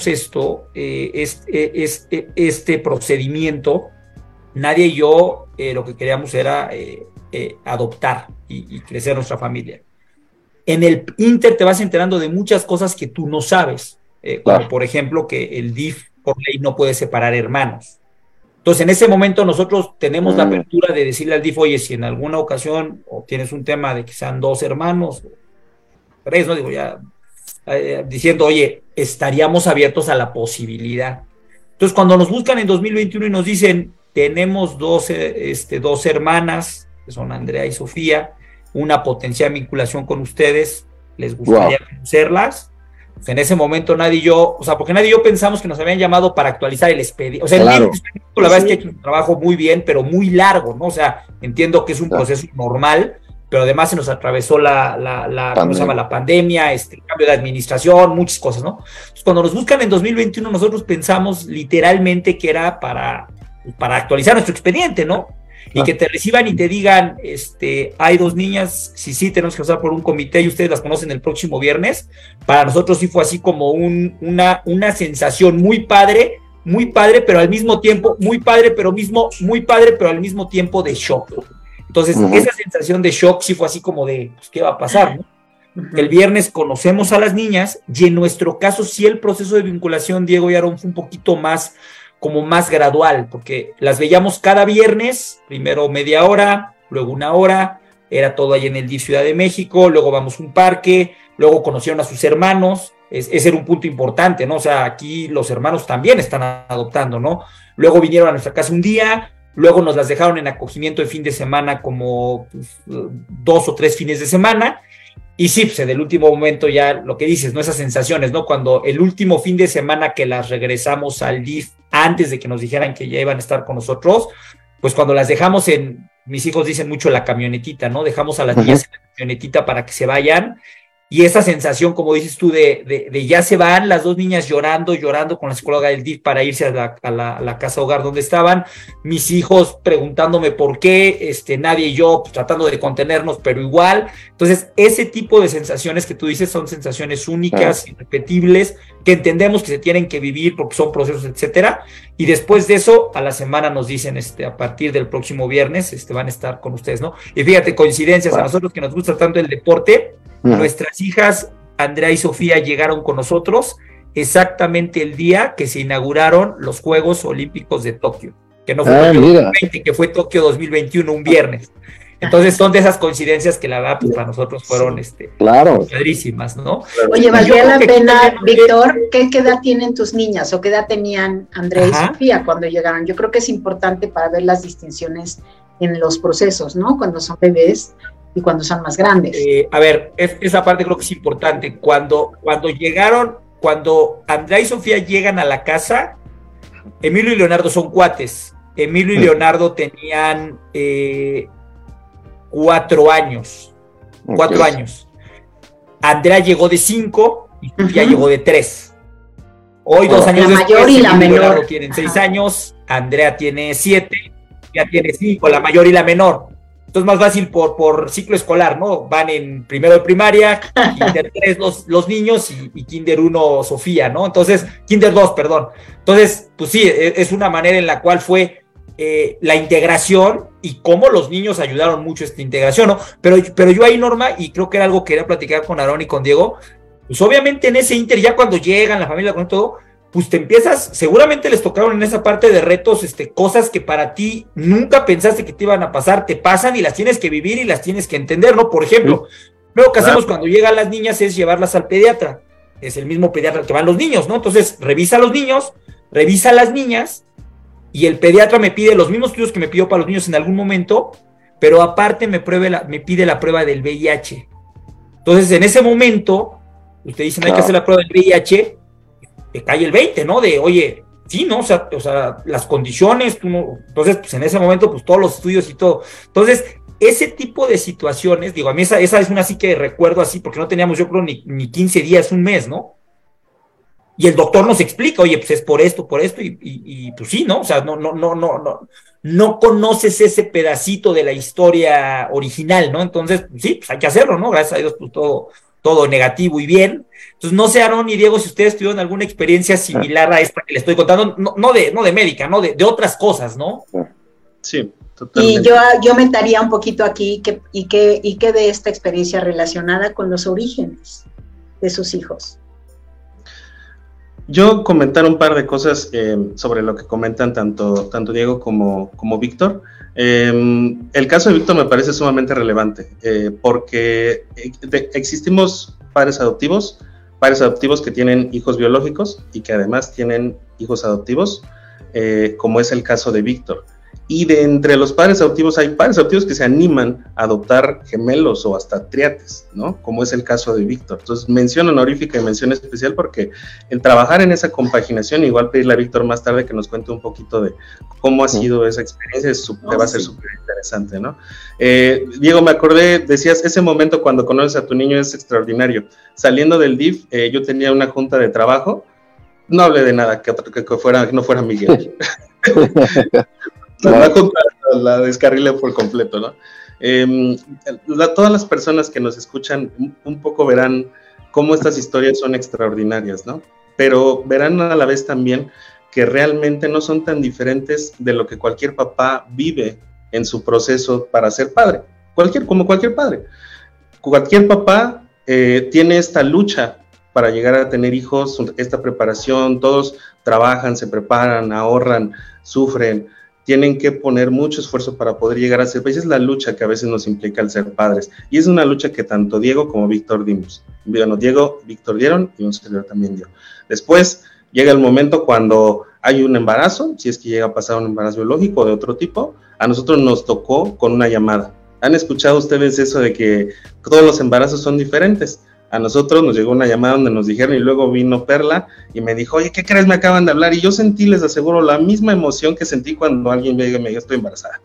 S6: este procedimiento, Nadia y yo lo que queríamos era adoptar y crecer nuestra familia. En el Inter te vas enterando de muchas cosas que tú no sabes, como por ejemplo que el DIF por ley no puede separar hermanos. Entonces, en ese momento nosotros tenemos la apertura de decirle al DIF, oye, si en alguna ocasión o tienes un tema de que sean 2 hermanos, o 3, ¿no? Digo, ya diciendo, oye, estaríamos abiertos a la posibilidad. Entonces, cuando nos buscan en 2021 y nos dicen, tenemos 2 hermanas, que son Andrea y Sofía, una potencial vinculación con ustedes, ¿les gustaría conocerlas? Pues en ese momento Nadia y yo, porque Nadia y yo pensamos que nos habían llamado para actualizar el expediente. O sea, claro. La verdad es que ha hecho un trabajo muy bien, pero muy largo, ¿no? O sea, entiendo que es un proceso normal, pero además se nos atravesó la pandemia, el cambio de administración, muchas cosas, ¿no? Entonces, cuando nos buscan en 2021, nosotros pensamos literalmente que era para actualizar nuestro expediente, ¿no? Y que te reciban y te digan, hay 2 niñas, sí, tenemos que pasar por un comité y ustedes las conocen el próximo viernes. Para nosotros sí fue así como una sensación muy padre, pero al mismo tiempo, muy padre, pero al mismo tiempo de shock. Entonces, esa sensación de shock sí fue así como de, pues, ¿qué va a pasar, no? El viernes conocemos a las niñas y en nuestro caso sí el proceso de vinculación, Diego y Aarón, fue un poquito más gradual, porque las veíamos cada viernes, primero media hora, luego 1 hora, era todo ahí en el DIF Ciudad de México, luego vamos a un parque, luego conocieron a sus hermanos, ese era un punto importante, ¿no? O sea, aquí los hermanos también están adoptando, ¿no? Luego vinieron a nuestra casa un día, luego nos las dejaron en acogimiento de fin de semana como 2 o 3 fines de semana, y sí, pues en el último momento ya lo que dices, ¿no? Esas sensaciones, ¿no? Cuando el último fin de semana que las regresamos al DIF, antes de que nos dijeran que ya iban a estar con nosotros, pues cuando las dejamos mis hijos dicen mucho la camionetita, ¿no? Dejamos a las niñas en la camionetita para que se vayan, y esa sensación, como dices tú, de ya se van las 2 niñas llorando con la psicóloga del DIF para irse a la casa hogar donde estaban, mis hijos preguntándome por qué, Nadia y yo pues, tratando de contenernos, pero igual. Entonces, ese tipo de sensaciones que tú dices son sensaciones únicas, irrepetibles, que entendemos que se tienen que vivir porque son procesos, etcétera, y después de eso, a la semana nos dicen, a partir del próximo viernes, van a estar con ustedes, ¿no? Y fíjate, coincidencias, a nosotros que nos gusta tanto el deporte, nuestras hijas, Andrea y Sofía, llegaron con nosotros exactamente el día que se inauguraron los Juegos Olímpicos de Tokio, que no fue Tokio 2020, que fue Tokio 2021, un viernes. Entonces son de esas coincidencias que la verdad pues, para nosotros fueron padrísimas, ¿no?
S2: Oye, valdría la pena, Víctor, ¿qué edad tienen tus niñas o qué edad tenían Andrea y Sofía cuando llegaron? Yo creo que es importante para ver las distinciones en los procesos, ¿no? Cuando son bebés y cuando son más grandes.
S6: A ver, esa parte creo que es importante. Cuando Andrea y Sofía llegan a la casa, Emilio y Leonardo son cuates. Emilio y Leonardo tenían 4 años. 4 años. Andrea llegó de 5 y Sofía llegó de 3. Hoy, 2 años después,
S2: mayor y la menor.
S6: Leonardo tienen 6 años, Andrea tiene 7, ya tiene 5, la mayor y la menor. Entonces más fácil por ciclo escolar, ¿no? Van en primero de primaria, Kinder 3 los niños y Kinder 1 Sofía, ¿no? Entonces, Kinder 2, perdón. Entonces, pues sí, es una manera en la cual fue la integración y cómo los niños ayudaron mucho esta integración, ¿no? Pero yo ahí, Norma, y creo que era algo que quería platicar con Aarón y con Diego, pues obviamente en ese inter, ya cuando llegan, la familia con todo, pues te empiezas, seguramente les tocaron en esa parte de retos, cosas que para ti nunca pensaste que te iban a pasar, te pasan y las tienes que vivir y las tienes que entender, ¿no? Por ejemplo, lo que hacemos cuando llegan las niñas es llevarlas al pediatra, es el mismo pediatra que van los niños, ¿no? Entonces, revisa a los niños, revisa a las niñas y el pediatra me pide los mismos estudios que me pidió para los niños en algún momento, pero aparte me pide la prueba del VIH. Entonces, en ese momento, ustedes dicen, hay que hacer la prueba del VIH, te cae el 20, ¿no? De, oye, sí, ¿no? O sea, las condiciones, tú no. Entonces, pues en ese momento, pues todos los estudios y todo. Entonces, ese tipo de situaciones, digo, a mí esa es una así que recuerdo así, porque no teníamos, yo creo, ni 15 días, un mes, ¿no? Y el doctor nos explica, oye, pues es por esto, y pues sí, ¿no? O sea, no conoces ese pedacito de la historia original, ¿no? Entonces, sí, pues hay que hacerlo, ¿no? Gracias a Dios, pues todo negativo y bien. Entonces, no sé, Aarón y Diego, si ustedes tuvieron alguna experiencia similar a esta que les estoy contando, no de médica, ¿no? De otras cosas, ¿no?
S3: Sí, totalmente.
S2: Y yo metaría un poquito aquí, y qué de esta experiencia relacionada con los orígenes de sus hijos.
S3: Yo comentar un par de cosas sobre lo que comentan tanto Diego como Víctor. El caso de Víctor me parece sumamente relevante porque existimos padres adoptivos que tienen hijos biológicos y que además tienen hijos adoptivos, como es el caso de Víctor. Y de entre los padres adoptivos hay padres adoptivos que se animan a adoptar gemelos o hasta triates, ¿no? Como es el caso de Víctor. Entonces, mención honorífica y mención especial porque el trabajar en esa compaginación, igual pedirle a Víctor más tarde que nos cuente un poquito de cómo ha sido esa experiencia, va a ser súper interesante, ¿no? Diego, me acordé, decías, ese momento cuando conoces a tu niño es extraordinario. Saliendo del DIF, yo tenía una junta de trabajo, no hablé de nada que no fuera Miguel. La descarrilé por completo, ¿no? Todas las personas que nos escuchan un poco verán cómo estas historias son extraordinarias, ¿no? Pero verán a la vez también que realmente no son tan diferentes de lo que cualquier papá vive en su proceso para ser padre, como cualquier padre. Cualquier papá tiene esta lucha para llegar a tener hijos, esta preparación, todos trabajan, se preparan, ahorran, sufren, tienen que poner mucho esfuerzo para poder llegar a ser padres. Esa es la lucha que a veces nos implica el ser padres. Y es una lucha que tanto Diego como Víctor dimos. Bueno, Diego, Víctor dieron y un servidor también dio. Después llega el momento cuando hay un embarazo, si es que llega a pasar un embarazo biológico o de otro tipo, a nosotros nos tocó con una llamada. ¿Han escuchado ustedes eso de que todos los embarazos son diferentes? A nosotros nos llegó una llamada donde nos dijeron y luego vino Perla y me dijo, oye, ¿qué crees? Me acaban de hablar y yo sentí, les aseguro, la misma emoción que sentí cuando alguien me dijo, estoy embarazada.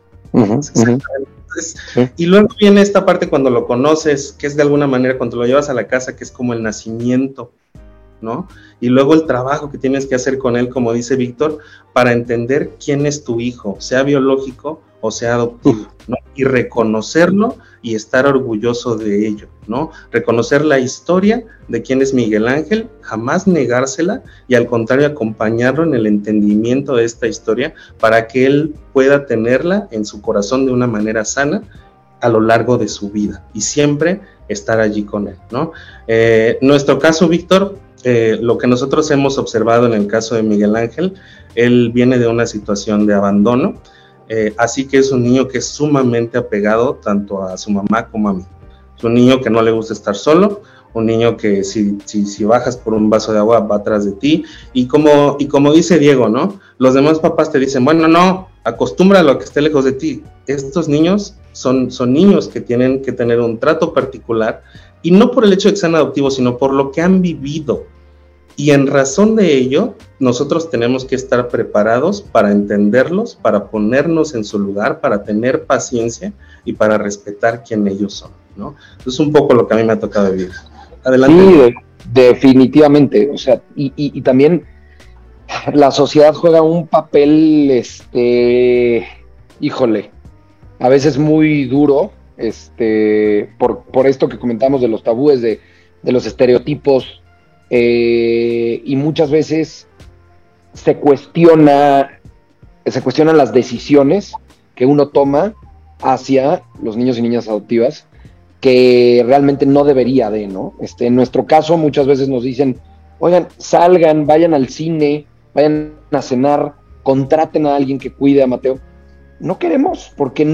S3: Entonces, y luego viene esta parte cuando lo conoces, que es de alguna manera cuando lo llevas a la casa, que es como el nacimiento, ¿no? Y luego el trabajo que tienes que hacer con él, como dice Víctor, para entender quién es tu hijo, sea biológico o sea adoptivo, ¿no? Y reconocerlo y estar orgulloso de ello, ¿no? Reconocer la historia de quién es Miguel Ángel, jamás negársela y al contrario acompañarlo en el entendimiento de esta historia para que él pueda tenerla en su corazón de una manera sana a lo largo de su vida y siempre estar allí con él, ¿no? Nuestro caso, Víctor, lo que nosotros hemos observado en el caso de Miguel Ángel, él viene de una situación de abandono, así que es un niño que es sumamente apegado tanto a su mamá como a mí. Es un niño que no le gusta estar solo, un niño que si bajas por un vaso de agua va atrás de ti, y como dice Diego, ¿no? Los demás papás te dicen, bueno, no, acostúmbralo a que esté lejos de ti. Estos niños son niños que tienen que tener un trato particular, y no por el hecho de que sean adoptivos, sino por lo que han vivido. Y en razón de ello, nosotros tenemos que estar preparados para entenderlos, para ponernos en su lugar, para tener paciencia y para respetar quién ellos son, ¿no? Eso es un poco lo que a mí me ha tocado vivir. Adelante.
S4: Sí, definitivamente. O sea, y también la sociedad juega un papel, híjole, a veces muy duro, por esto que comentamos de los tabúes, de los estereotipos, y muchas veces se cuestionan las decisiones que uno toma hacia los niños y niñas adoptivas, que realmente no debería de, ¿no? En nuestro caso muchas veces nos dicen, oigan, salgan, vayan al cine, vayan a cenar, contraten a alguien que cuide a Mateo. No queremos, porque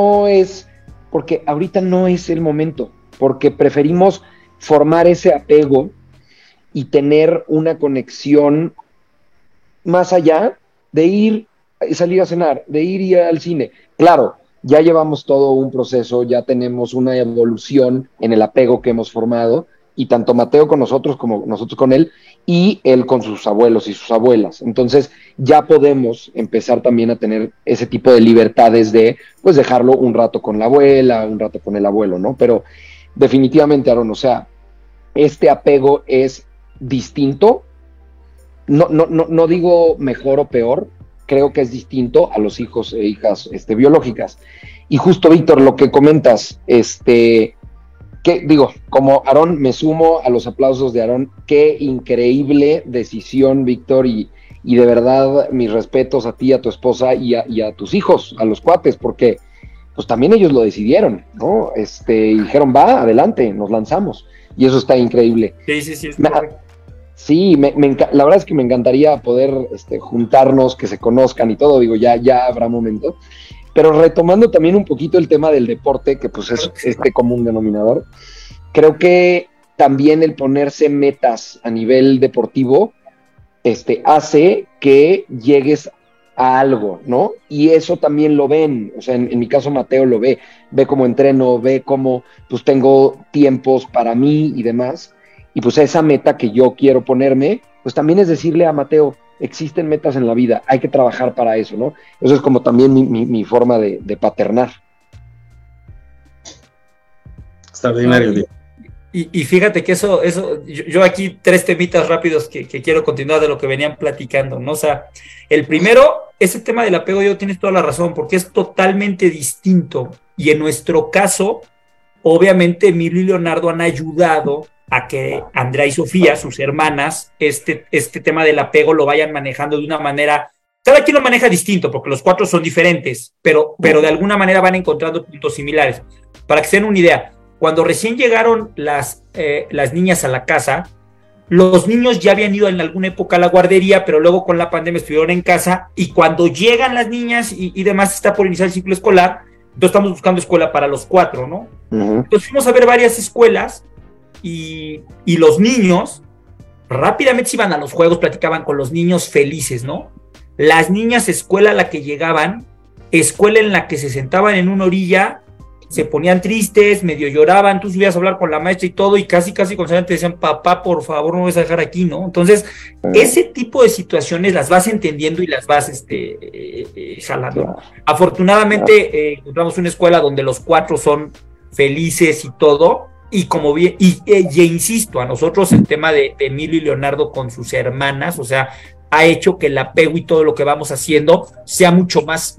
S4: ahorita no es el momento, porque preferimos formar ese apego y tener una conexión más allá de ir, salir a cenar, de ir al cine. Claro, ya llevamos todo un proceso, ya tenemos una evolución en el apego que hemos formado, y tanto Mateo con nosotros como nosotros con él, y él con sus abuelos y sus abuelas. Entonces ya podemos empezar también a tener ese tipo de libertades de, pues, dejarlo un rato con la abuela, un rato con el abuelo, ¿no? Pero definitivamente, Aaron, o sea, este apego es distinto. No digo mejor o peor, creo que es distinto a los hijos e hijas biológicas. Y justo, Víctor, lo que comentas, que digo, como Aarón, me sumo a los aplausos de Aarón. Qué increíble decisión, Víctor, y de verdad mis respetos a ti, a tu esposa y a tus hijos, a los cuates, porque pues también ellos lo decidieron, ¿no? Y dijeron, va, adelante, nos lanzamos, y eso está increíble.
S6: Sí.
S4: Sí, la verdad es que me encantaría poder juntarnos, que se conozcan y todo, digo, ya habrá momento. Pero retomando también un poquito el tema del deporte, que pues es común denominador, creo que también el ponerse metas a nivel deportivo hace que llegues a algo, ¿no? Y eso también lo ven, o sea, en mi caso Mateo lo ve cómo entreno, ve cómo pues tengo tiempos para mí y demás, y pues esa meta que yo quiero ponerme, pues también es decirle a Mateo, existen metas en la vida, hay que trabajar para eso, ¿no? Eso es como también mi forma de paternar.
S3: Extraordinario.
S6: Y fíjate que eso yo aquí 3 temitas rápidos que quiero continuar de lo que venían platicando, ¿no? O sea, el primero, ese tema del apego, tienes toda la razón, porque es totalmente distinto, y en nuestro caso, obviamente Emilio y Leonardo han ayudado a que Andrea y Sofía, sus hermanas, este tema del apego lo vayan manejando de una manera, cada quien lo maneja distinto, porque los 4 son diferentes, pero de alguna manera van encontrando puntos similares. Para que se den una idea, cuando recién llegaron las niñas a la casa, los niños ya habían ido en alguna época a la guardería, pero luego con la pandemia estuvieron en casa, y cuando llegan las niñas y demás, está por iniciar el ciclo escolar, entonces estamos buscando escuela para los 4, ¿no? Uh-huh. Entonces fuimos a ver varias escuelas, y los niños rápidamente se iban a los juegos, platicaban con los niños felices, ¿no? Las niñas, escuela a la que llegaban, escuela en la que se sentaban en una orilla, se ponían tristes, medio lloraban, tú subías a hablar con la maestra y todo, y casi te decían, papá, por favor, no me vas a dejar aquí, ¿no? Entonces, ese tipo de situaciones las vas entendiendo y las vas jalando. Claro. Afortunadamente, encontramos una escuela donde los 4 son felices y todo. Y como bien, y insisto, a nosotros el tema de Emilio y Leonardo con sus hermanas, o sea, ha hecho que el apego y todo lo que vamos haciendo sea mucho más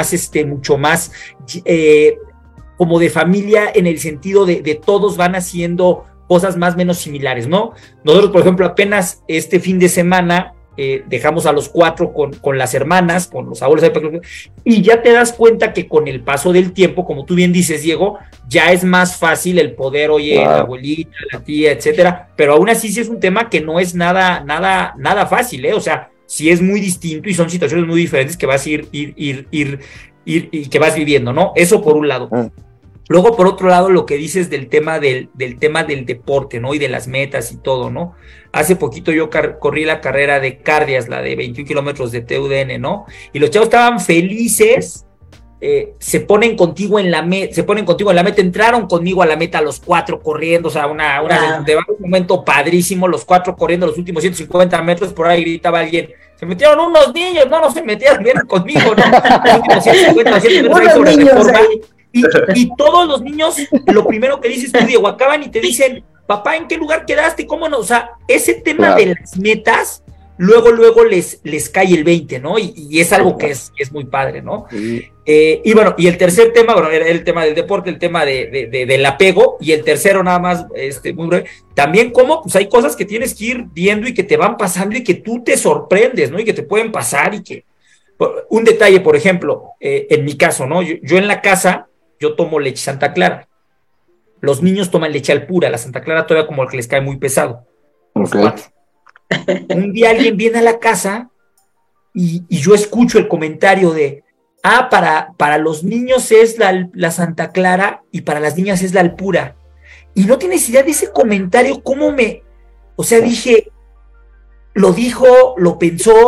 S6: como de familia, en el sentido de todos van haciendo cosas más o menos similares, ¿no? Nosotros, por ejemplo, apenas este fin de semana dejamos a los 4 con las hermanas, con los abuelos, y ya te das cuenta que con el paso del tiempo, como tú bien dices, Diego, ya es más fácil el poder, oye, la abuelita, la tía, etcétera, pero aún así sí es un tema que no es nada fácil, o sea, sí es muy distinto y son situaciones muy diferentes que vas a ir y que vas viviendo, ¿no? Eso por un lado. Luego, por otro lado, lo que dices del tema del deporte, ¿no? Y de las metas y todo, ¿no? Hace poquito yo corrí la carrera de Cardias, la de 21 kilómetros de TUDN, ¿no? Y los chavos estaban felices, se ponen contigo en la meta, entraron conmigo a la meta los 4 corriendo, o sea, un momento padrísimo, los 4 corriendo los últimos 150 metros, por ahí gritaba alguien, se metieron unos niños, no se metieron bien conmigo, ¿no? Los últimos 150 metros ahí sobre Reforma. Y todos los niños, lo primero que dices tú, Diego, acaban y te dicen, papá, ¿en qué lugar quedaste? ¿Cómo no? O sea, ese tema de las metas, luego les cae el 20, ¿no? Y es algo que es muy padre, ¿no? Y bueno, y el tercer tema, era el tema del deporte, el tema del apego, y el tercero nada más, muy breve, también como, pues hay cosas que tienes que ir viendo y que te van pasando y que tú te sorprendes, ¿no? Y que te pueden pasar y que... Un detalle, por ejemplo, en mi caso, ¿no? Yo en la casa, yo tomo leche Santa Clara. Los niños toman leche Alpura, la Santa Clara todavía como que les cae muy pesado. Okay. Un día alguien viene a la casa y yo escucho el comentario de, para los niños es la Santa Clara y para las niñas es la Alpura. Y no tienes idea de ese comentario, cómo o sea, dije, lo dijo, lo pensó,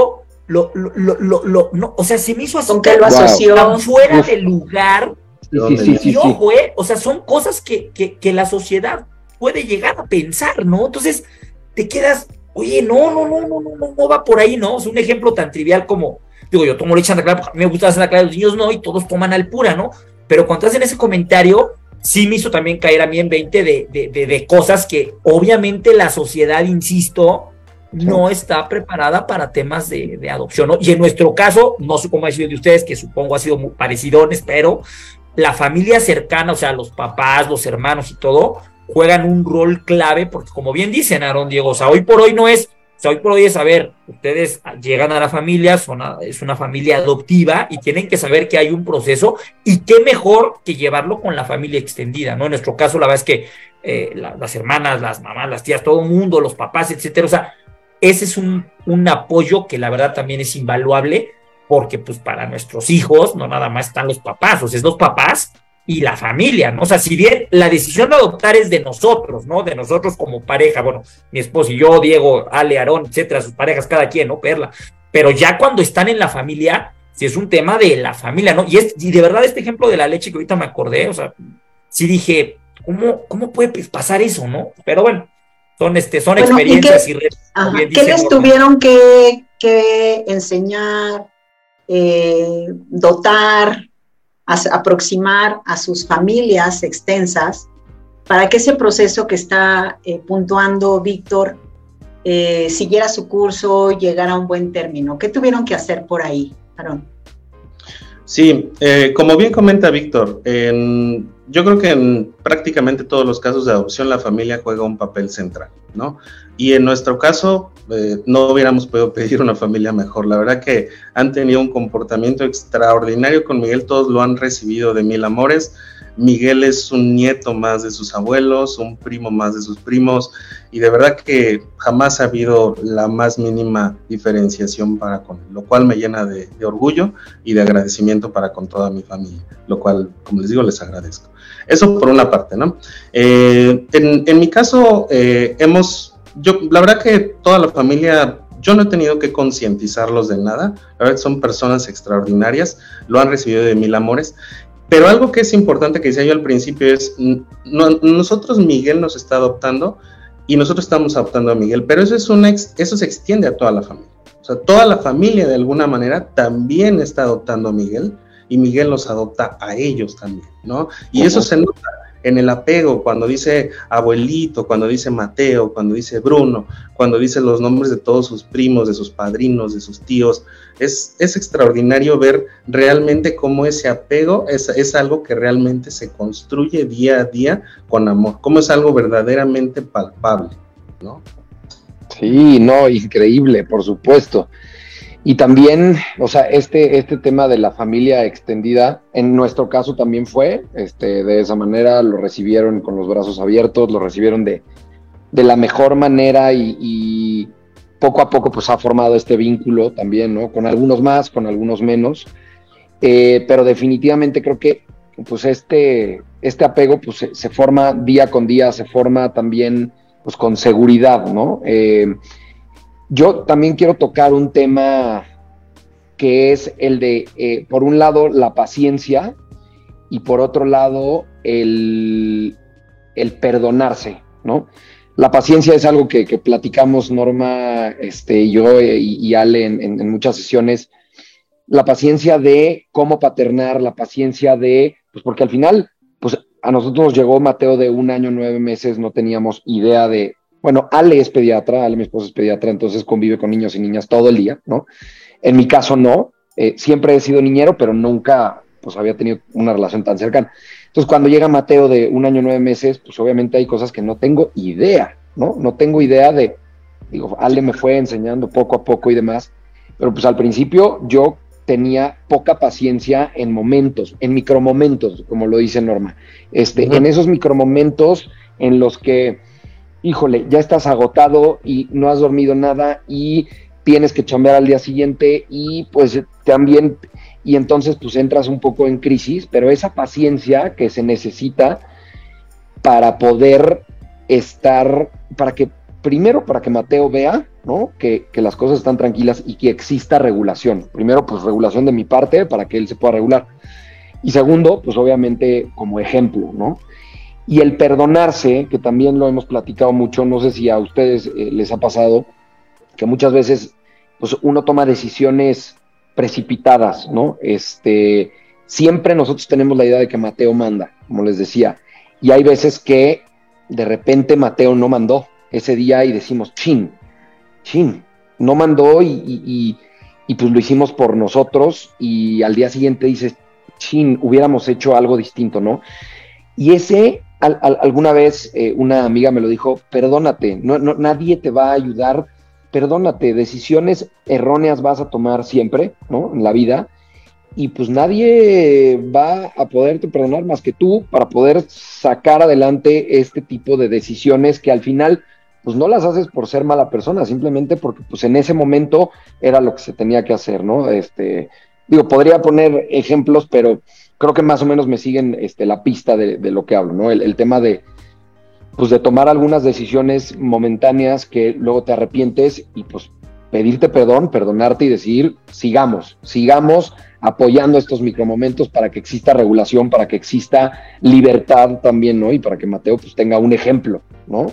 S6: no, o sea, se me hizo así
S2: ¿Con qué lo asoció?
S6: tan fuera de lugar.
S4: Sí.
S6: Y ojo, o sea, son cosas que la sociedad puede llegar a pensar, ¿no? Entonces, te quedas, oye, no va por ahí, ¿no? O sea, un ejemplo tan trivial como, digo, yo tomo leche Santa Clara, porque a mí me gusta la Santa Clara, los niños no, y todos toman Alpura, ¿no? Pero cuando hacen ese comentario, sí me hizo también caer a mí en 20 de cosas que obviamente la sociedad, insisto, no está preparada para temas de adopción, ¿no? Y en nuestro caso, no sé cómo ha sido de ustedes, que supongo ha sido muy parecidones, pero la familia cercana, o sea, los papás, los hermanos y todo, juegan un rol clave, porque como bien dicen, Aarón, Diego, o sea, hoy por hoy es, a ver, ustedes llegan a la familia, es una familia adoptiva y tienen que saber que hay un proceso y qué mejor que llevarlo con la familia extendida, ¿no? En nuestro caso, la verdad es que las hermanas, las mamás, las tías, todo el mundo, los papás, etcétera, o sea, ese es un apoyo que la verdad también es invaluable, porque pues para nuestros hijos no nada más están los papás, o sea, es los papás y la familia, ¿no? O sea, si bien la decisión de adoptar es de nosotros, ¿no? De nosotros como pareja, bueno, mi esposo y yo, Diego, Ale, Aarón, etcétera, sus parejas, cada quien, ¿no? Perla. Pero ya cuando están en la familia, sí es un tema de la familia, ¿no? Y de verdad este ejemplo de la leche que ahorita me acordé, o sea, sí dije, ¿cómo puede pasar eso, no? Pero bueno, son experiencias
S2: ¿qué les tuvieron que enseñar, dotar, aproximar a sus familias extensas para que ese proceso que está puntuando Víctor siguiera su curso y llegara a un buen término? ¿Qué tuvieron que hacer por ahí, Aarón?
S3: Sí, como bien comenta Víctor, yo creo que en prácticamente todos los casos de adopción la familia juega un papel central, ¿no? Y en nuestro caso no hubiéramos podido pedir una familia mejor. La verdad que han tenido un comportamiento extraordinario con Miguel, todos lo han recibido de mil amores. Miguel es un nieto más de sus abuelos, un primo más de sus primos, y de verdad que jamás ha habido la más mínima diferenciación para con él, lo cual me llena de orgullo y de agradecimiento para con toda mi familia, lo cual, como les digo, les agradezco. Eso por una parte, ¿no? En mi caso, la verdad que toda la familia, yo no he tenido que concientizarlos de nada, la verdad que son personas extraordinarias, lo han recibido de mil amores. Pero algo que es importante que decía yo al principio es, nosotros, Miguel nos está adoptando y nosotros estamos adoptando a Miguel, pero eso se extiende a toda la familia. O sea, toda la familia de alguna manera también está adoptando a Miguel y Miguel los adopta a ellos también, ¿no? Y eso se nota en el apego, cuando dice abuelito, cuando dice Mateo, cuando dice Bruno, cuando dice los nombres de todos sus primos, de sus padrinos, de sus tíos. Es extraordinario ver realmente cómo ese apego es algo que realmente se construye día a día con amor, cómo es algo verdaderamente palpable, ¿no?
S4: Sí, no, increíble, por supuesto. Y también, o sea, este tema de la familia extendida, en nuestro caso también fue, de esa manera lo recibieron con los brazos abiertos, lo recibieron de la mejor manera y poco a poco pues ha formado este vínculo también, ¿no? Con algunos más, con algunos menos, pero definitivamente creo que pues este apego pues se forma día con día, se forma también pues con seguridad, ¿no? Yo también quiero tocar un tema que es el de, por un lado, la paciencia y por otro lado, el perdonarse, ¿no? La paciencia es algo que platicamos Norma, yo y Ale en muchas sesiones. La paciencia de cómo paternar, la paciencia de, pues porque al final, pues a nosotros nos llegó Mateo de 1 año 9 meses, no teníamos idea de. Bueno, Ale es pediatra, Ale, mi esposa, es pediatra, entonces convive con niños y niñas todo el día, ¿no? En mi caso no, siempre he sido niñero, pero nunca pues había tenido una relación tan cercana. Entonces cuando llega Mateo de 1 año 9 meses, pues obviamente hay cosas que no tengo idea, ¿no? No tengo idea Ale me fue enseñando poco a poco y demás, pero pues al principio yo tenía poca paciencia en momentos, en micromomentos, como lo dice Norma. En esos micromomentos en los que híjole, ya estás agotado y no has dormido nada y tienes que chambear al día siguiente y pues también, y entonces pues entras un poco en crisis, pero esa paciencia que se necesita para poder estar, para que Mateo vea ¿no? Que las cosas están tranquilas y que exista regulación. Primero, pues regulación de mi parte para que él se pueda regular. Y segundo, pues obviamente como ejemplo, ¿no? Y el perdonarse, que también lo hemos platicado mucho, no sé si a ustedes les ha pasado, que muchas veces pues uno toma decisiones precipitadas, ¿no? Siempre nosotros tenemos la idea de que Mateo manda, como les decía, y hay veces que de repente Mateo no mandó ese día y decimos, chin, no mandó y pues lo hicimos por nosotros y al día siguiente dices, chin, hubiéramos hecho algo distinto, ¿no? Y alguna vez una amiga me lo dijo, perdónate, nadie te va a ayudar, perdónate, decisiones erróneas vas a tomar siempre, ¿no? En la vida, y pues nadie va a poderte perdonar más que tú para poder sacar adelante este tipo de decisiones que al final pues no las haces por ser mala persona, simplemente porque pues en ese momento era lo que se tenía que hacer, ¿no? Podría poner ejemplos, pero creo que más o menos me siguen la pista de lo que hablo, ¿no? El tema de tomar algunas decisiones momentáneas que luego te arrepientes y pues pedirte perdón, perdonarte y decir, sigamos apoyando estos micromomentos para que exista regulación, para que exista libertad también, ¿no? Y para que Mateo pues tenga un ejemplo, ¿no?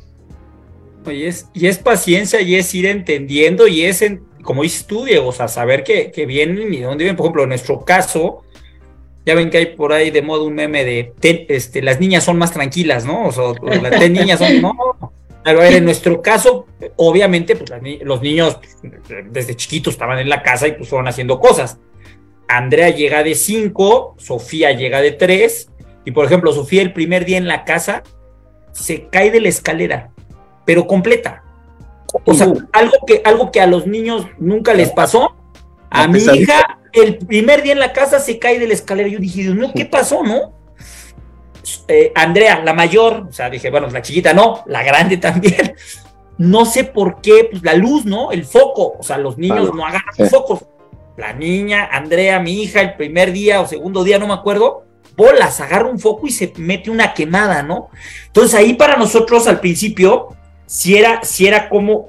S6: Y es paciencia, y es ir entendiendo, y es, como dices tú, Diego, o sea, saber que vienen y de dónde vienen. Por ejemplo, en nuestro caso, ya ven que hay por ahí de moda un meme de las niñas son más tranquilas, ¿no? O sea, las niñas son, no. A ver, en nuestro caso, obviamente, pues los niños desde chiquitos estaban en la casa y pues fueron haciendo cosas. Andrea llega de 5, Sofía llega de 3, y por ejemplo, Sofía el primer día en la casa se cae de la escalera, pero completa. O sea, algo que a los niños nunca les pasó. A mi hija, el primer día en la casa se cae de la escalera. Yo dije, Dios mío, ¿qué pasó, no? Andrea, la mayor, o sea, dije, bueno, la chiquita no, la grande también. No sé por qué, pues la luz, ¿no? El foco, o sea, los niños no agarran los focos. La niña, Andrea, mi hija, el primer día o segundo día, no me acuerdo, bolas, agarra un foco y se mete una quemada, ¿no? Entonces ahí para nosotros al principio, si era como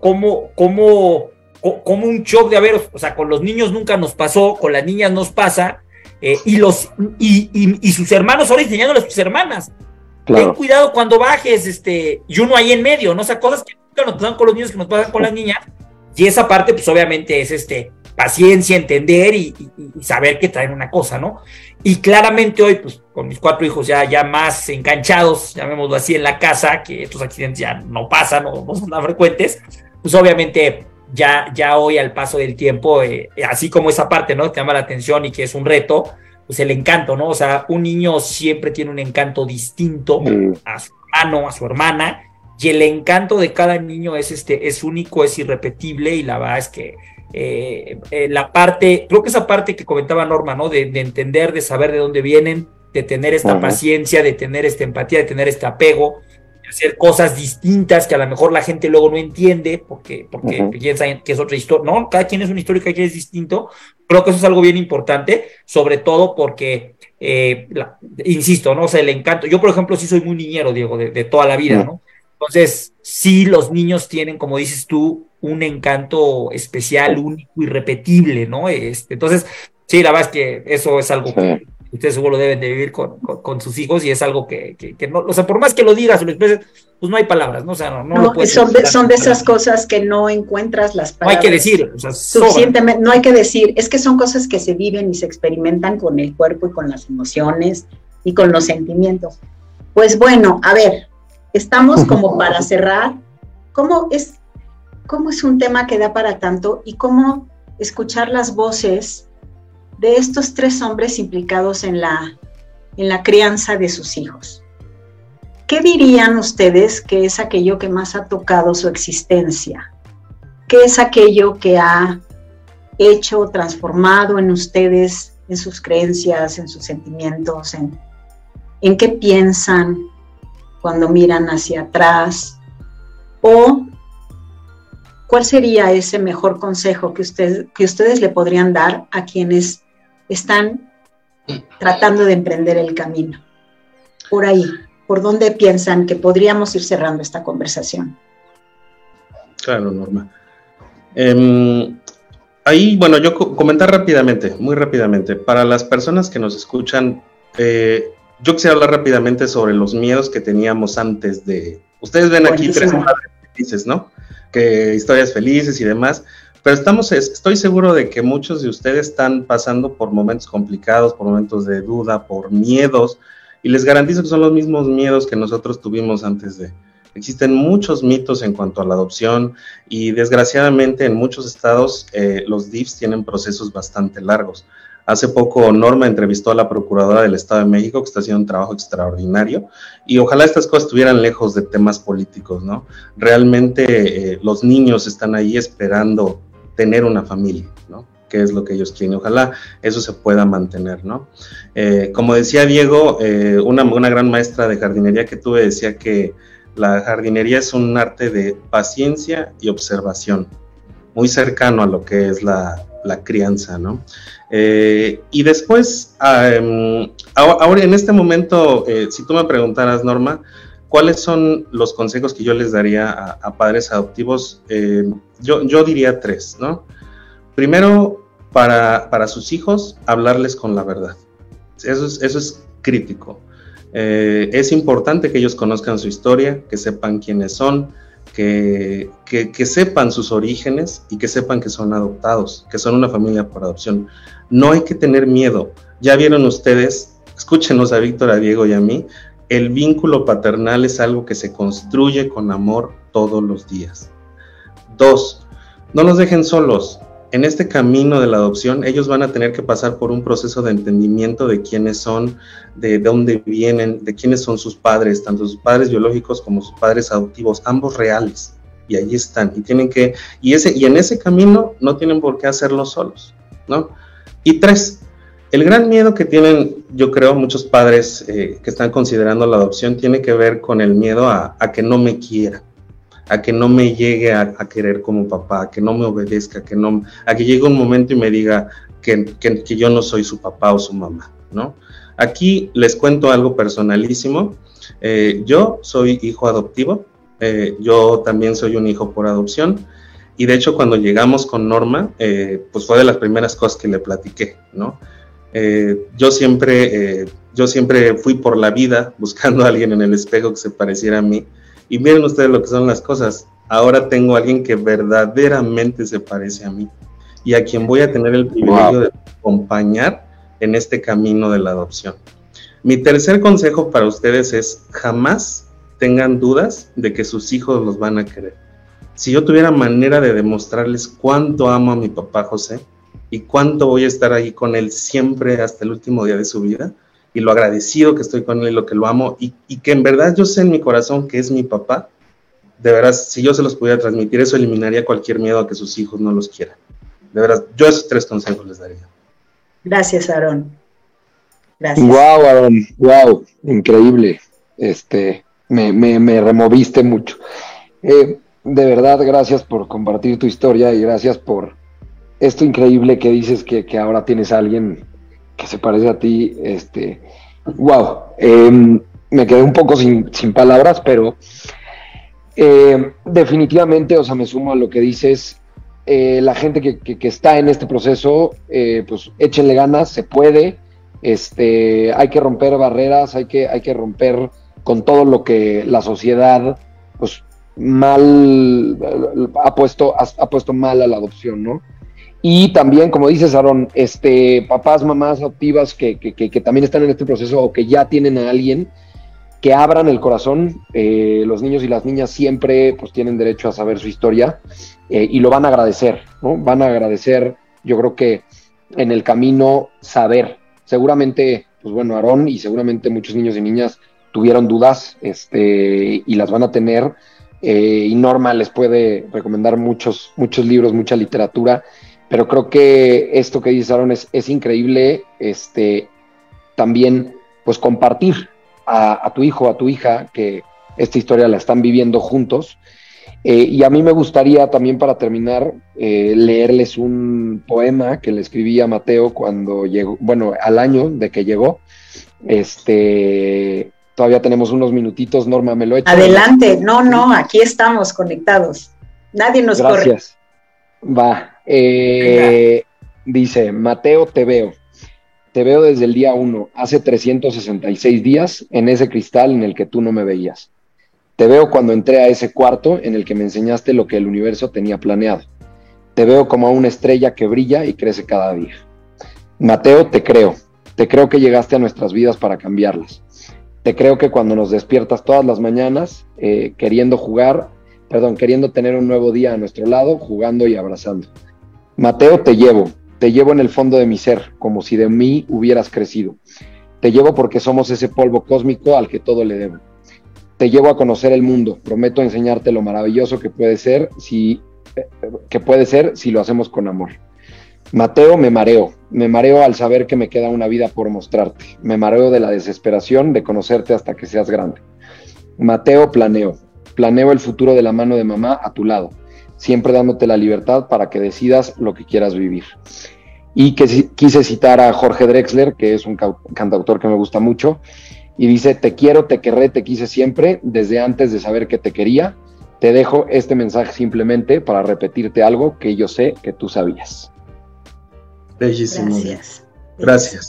S6: un shock de haber, o sea, con los niños nunca nos pasó, con las niñas nos pasa, y sus hermanos ahora enseñándole a sus hermanas. Claro. Ten cuidado cuando bajes, y uno ahí en medio, ¿no? O sea, cosas que nunca nos pasan con los niños que nos pasan con las niñas, y esa parte, pues obviamente es paciencia, entender y saber que traen una cosa, ¿no? Y claramente hoy, pues, con mis 4 hijos ya más enganchados, llamémoslo así, en la casa, que estos accidentes ya no pasan o no son tan frecuentes, pues obviamente ya hoy al paso del tiempo, así como esa parte, ¿no? Te llama la atención y que es un reto, pues el encanto, ¿no? O sea, un niño siempre tiene un encanto distinto a su hermano, a su hermana, y el encanto de cada niño es único, es irrepetible, y la verdad es que creo que esa parte que comentaba Norma, ¿no? De entender, de saber de dónde vienen, de tener esta paciencia, de tener esta empatía, de tener este apego, de hacer cosas distintas que a lo mejor la gente luego no entiende porque piensan que es otra historia, ¿no? Cada quien es una historia, cada quien es distinto. Creo que eso es algo bien importante, sobre todo porque, insisto, ¿no? O sea, el encanto. Yo, por ejemplo, sí soy muy niñero, Diego, de toda la vida, ¿no? Entonces, sí, los niños tienen, como dices tú, un encanto especial, único, irrepetible, ¿no? Entonces, sí, la verdad es que eso es algo que ustedes seguro deben de vivir con sus hijos, y es algo que no, o sea, por más que lo digas o lo expreses, pues no hay palabras, ¿no? O sea, no lo puedes
S2: son de esas cosas que no encuentras las palabras.
S6: No hay que decir, o sea,
S2: suficientemente, no hay que decir, es que son cosas que se viven y se experimentan con el cuerpo y con las emociones y con los sentimientos. Pues bueno, a ver, estamos como para cerrar. ¿Cómo es un tema que da para tanto, y cómo escuchar las voces de estos 3 hombres implicados en la crianza de sus hijos? ¿Qué dirían ustedes que es aquello que más ha tocado su existencia? ¿Qué es aquello que ha hecho, transformado en ustedes, en sus creencias, en sus sentimientos, en qué piensan cuando miran hacia atrás? ¿O cuál sería ese mejor consejo que ustedes le podrían dar a quienes están tratando de emprender el camino? Por ahí, ¿por dónde piensan que podríamos ir cerrando esta conversación?
S3: Claro, Norma. Ahí, bueno, yo comentar rápidamente, muy rápidamente, para las personas que nos escuchan, yo quisiera hablar rápidamente sobre los miedos que teníamos antes de... Ustedes ven aquí tres padres felices, ¿no? Que historias felices y demás, pero estoy seguro de que muchos de ustedes están pasando por momentos complicados, por momentos de duda, por miedos, y les garantizo que son los mismos miedos que nosotros tuvimos antes de... Existen muchos mitos en cuanto a la adopción y desgraciadamente en muchos estados los DIFs tienen procesos bastante largos. Hace poco Norma entrevistó a la Procuradora del Estado de México, que está haciendo un trabajo extraordinario, y ojalá estas cosas estuvieran lejos de temas políticos, ¿no? Realmente los niños están ahí esperando tener una familia, ¿no? Que es lo que ellos quieren. Ojalá eso se pueda mantener, ¿no? Como decía Diego, una gran maestra de jardinería que tuve decía que la jardinería es un arte de paciencia y observación, muy cercano a lo que es la crianza, ¿no? Y después, ahora en este momento, si tú me preguntaras, Norma, ¿cuáles son los consejos que yo les daría a padres adoptivos? Yo diría 3, ¿no? Primero, para sus hijos, hablarles con la verdad. Eso es crítico. Es importante que ellos conozcan su historia, que sepan quiénes son, que sepan sus orígenes y que sepan que son adoptados, que son una familia por adopción. No hay que tener miedo. Ya vieron ustedes, escúchenos a Víctor, a Diego y a mí, el vínculo paternal es algo que se construye con amor todos los días. 2, no los dejen solos. En este camino de la adopción, ellos van a tener que pasar por un proceso de entendimiento de quiénes son, de dónde vienen, de quiénes son sus padres, tanto sus padres biológicos como sus padres adoptivos, ambos reales, y ahí están, y en ese camino no tienen por qué hacerlo solos, ¿no? Y 3, el gran miedo que tienen, yo creo, muchos padres que están considerando la adopción tiene que ver con el miedo a que no me quiera, a que no me llegue a querer como papá, a que no me obedezca, a que llegue un momento y me diga que yo no soy su papá o su mamá, ¿no? Aquí les cuento algo personalísimo. Yo soy hijo adoptivo, yo también soy un hijo por adopción, y de hecho cuando llegamos con Norma, pues fue de las primeras cosas que le platiqué, ¿no? Yo siempre fui por la vida buscando a alguien en el espejo que se pareciera a mí. Y miren ustedes lo que son las cosas. Ahora tengo a alguien que verdaderamente se parece a mí y a quien voy a tener el privilegio de acompañar en este camino de la adopción. Mi tercer consejo para ustedes es: jamás tengan dudas de que sus hijos los van a querer. Si yo tuviera manera de demostrarles cuánto amo a mi papá José y cuánto voy a estar ahí con él siempre hasta el último día de su vida, y lo agradecido que estoy con él y lo que lo amo, y que en verdad yo sé en mi corazón que es mi papá, de verdad, si yo se los pudiera transmitir, eso eliminaría cualquier miedo a que sus hijos no los quieran. De verdad, yo esos 3 consejos les daría.
S2: Gracias, Aarón. Gracias.
S4: Wow, Aarón, wow, increíble. Me removiste mucho. De verdad, gracias por compartir tu historia y gracias por esto increíble que dices que ahora tienes a alguien que se parece a ti. Wow, me quedé un poco sin palabras, pero definitivamente, o sea, me sumo a lo que dices. La gente que está en este proceso, pues échenle ganas, se puede. Hay que romper barreras, hay que romper con todo lo que la sociedad pues mal ha puesto mal a la adopción, ¿no? Y también, como dices, Aarón, papás, mamás adoptivas que también están en este proceso o que ya tienen a alguien, que abran el corazón. Los niños y las niñas siempre pues tienen derecho a saber su historia y lo van a agradecer, ¿no? Van a agradecer, yo creo que en el camino, saber. Seguramente, pues bueno, Aarón y seguramente muchos niños y niñas tuvieron dudas y las van a tener, y Norma les puede recomendar muchos libros, mucha literatura. Pero creo que esto que dices, Aarón, es increíble. También, pues, compartir a tu hijo, a tu hija, que esta historia la están viviendo juntos. Y a mí me gustaría también, para terminar, leerles un poema que le escribí a Mateo cuando llegó, bueno, al año de que llegó. Todavía tenemos unos minutitos, Norma, me lo he hecho.
S2: Adelante, no, aquí estamos conectados. Nadie nos corre.
S4: Gracias. Va. Dice, Mateo, te veo. Te veo desde el día 1, hace 366 días, en ese cristal en el que tú no me veías. Te veo cuando entré a ese cuarto en el que me enseñaste lo que el universo tenía planeado. Te veo como a una estrella que brilla y crece cada día. Mateo, te creo. Te creo que llegaste a nuestras vidas para cambiarlas. Te creo que cuando nos despiertas todas las mañanas, queriendo tener un nuevo día a nuestro lado, jugando y abrazando. Mateo, te llevo en el fondo de mi ser, como si de mí hubieras crecido. Te llevo porque somos ese polvo cósmico al que todo le debo. Te llevo a conocer el mundo, prometo enseñarte lo maravilloso que puede ser si lo hacemos con amor. Mateo, me mareo al saber que me queda una vida por mostrarte, me mareo de la desesperación de conocerte hasta que seas grande. Mateo, planeo el futuro de la mano de mamá a tu lado, siempre dándote la libertad para que decidas lo que quieras vivir. Y que quise citar a Jorge Drexler, que es un cantautor que me gusta mucho, y dice, te quiero, te querré, te quise siempre, desde antes de saber que te quería. Te dejo este mensaje simplemente para repetirte algo que yo sé que tú sabías.
S3: Bellísimo.
S2: Gracias.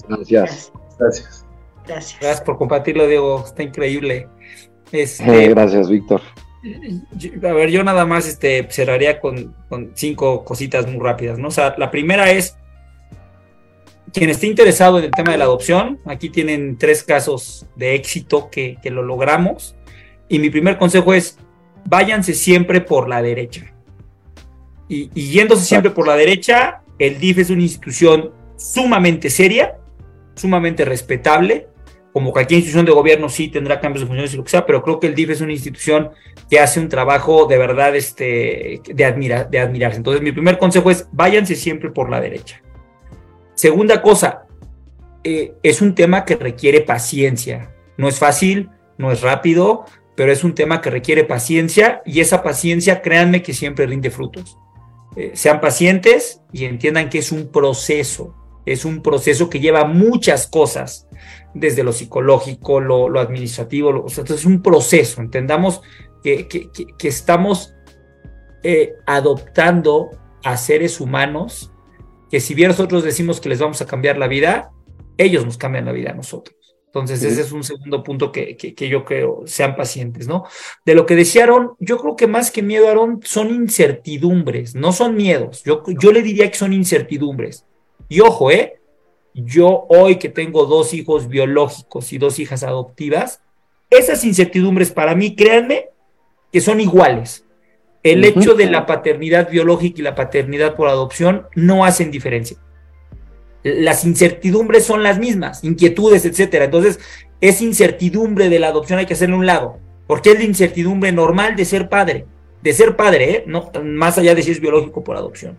S6: Gracias por compartirlo, Diego, está increíble.
S4: Gracias, Víctor.
S6: A ver, yo nada más cerraría con 5 cositas muy rápidas, ¿no? O sea, la primera es, quien esté interesado en el tema de la adopción, aquí tienen 3 casos de éxito que lo logramos, y mi primer consejo es, váyanse siempre por la derecha. Y yéndose siempre por la derecha, el DIF es una institución sumamente seria, sumamente respetable. Como cualquier institución de gobierno sí tendrá cambios de funciones y lo que sea, pero creo que el DIF es una institución que hace un trabajo de verdad de admirarse. Entonces mi primer consejo es, váyanse siempre por la derecha. Segunda cosa, es un tema que requiere paciencia. No es fácil, no es rápido, pero es un tema que requiere paciencia, y esa paciencia, créanme que siempre rinde frutos. Sean pacientes y entiendan que es un proceso que lleva muchas cosas, desde lo psicológico, lo administrativo, entonces es un proceso. Entendamos que estamos adoptando a seres humanos que, si bien nosotros decimos que les vamos a cambiar la vida, ellos nos cambian la vida a nosotros. Entonces ese es un segundo punto que yo creo, sean pacientes, ¿no? De lo que decía Aarón, yo creo que más que miedo, Aarón, son incertidumbres, no son miedos. Yo le diría que son incertidumbres. Y ojo, yo hoy que tengo 2 hijos biológicos y 2 hijas adoptivas, esas incertidumbres para mí, créanme, que son iguales. El hecho de la paternidad biológica y la paternidad por adopción no hacen diferencia. Las incertidumbres son las mismas, inquietudes, etcétera. Entonces, esa incertidumbre de la adopción hay que hacerle a un lado, porque es la incertidumbre normal de ser padre, no, más allá de si es biológico por adopción.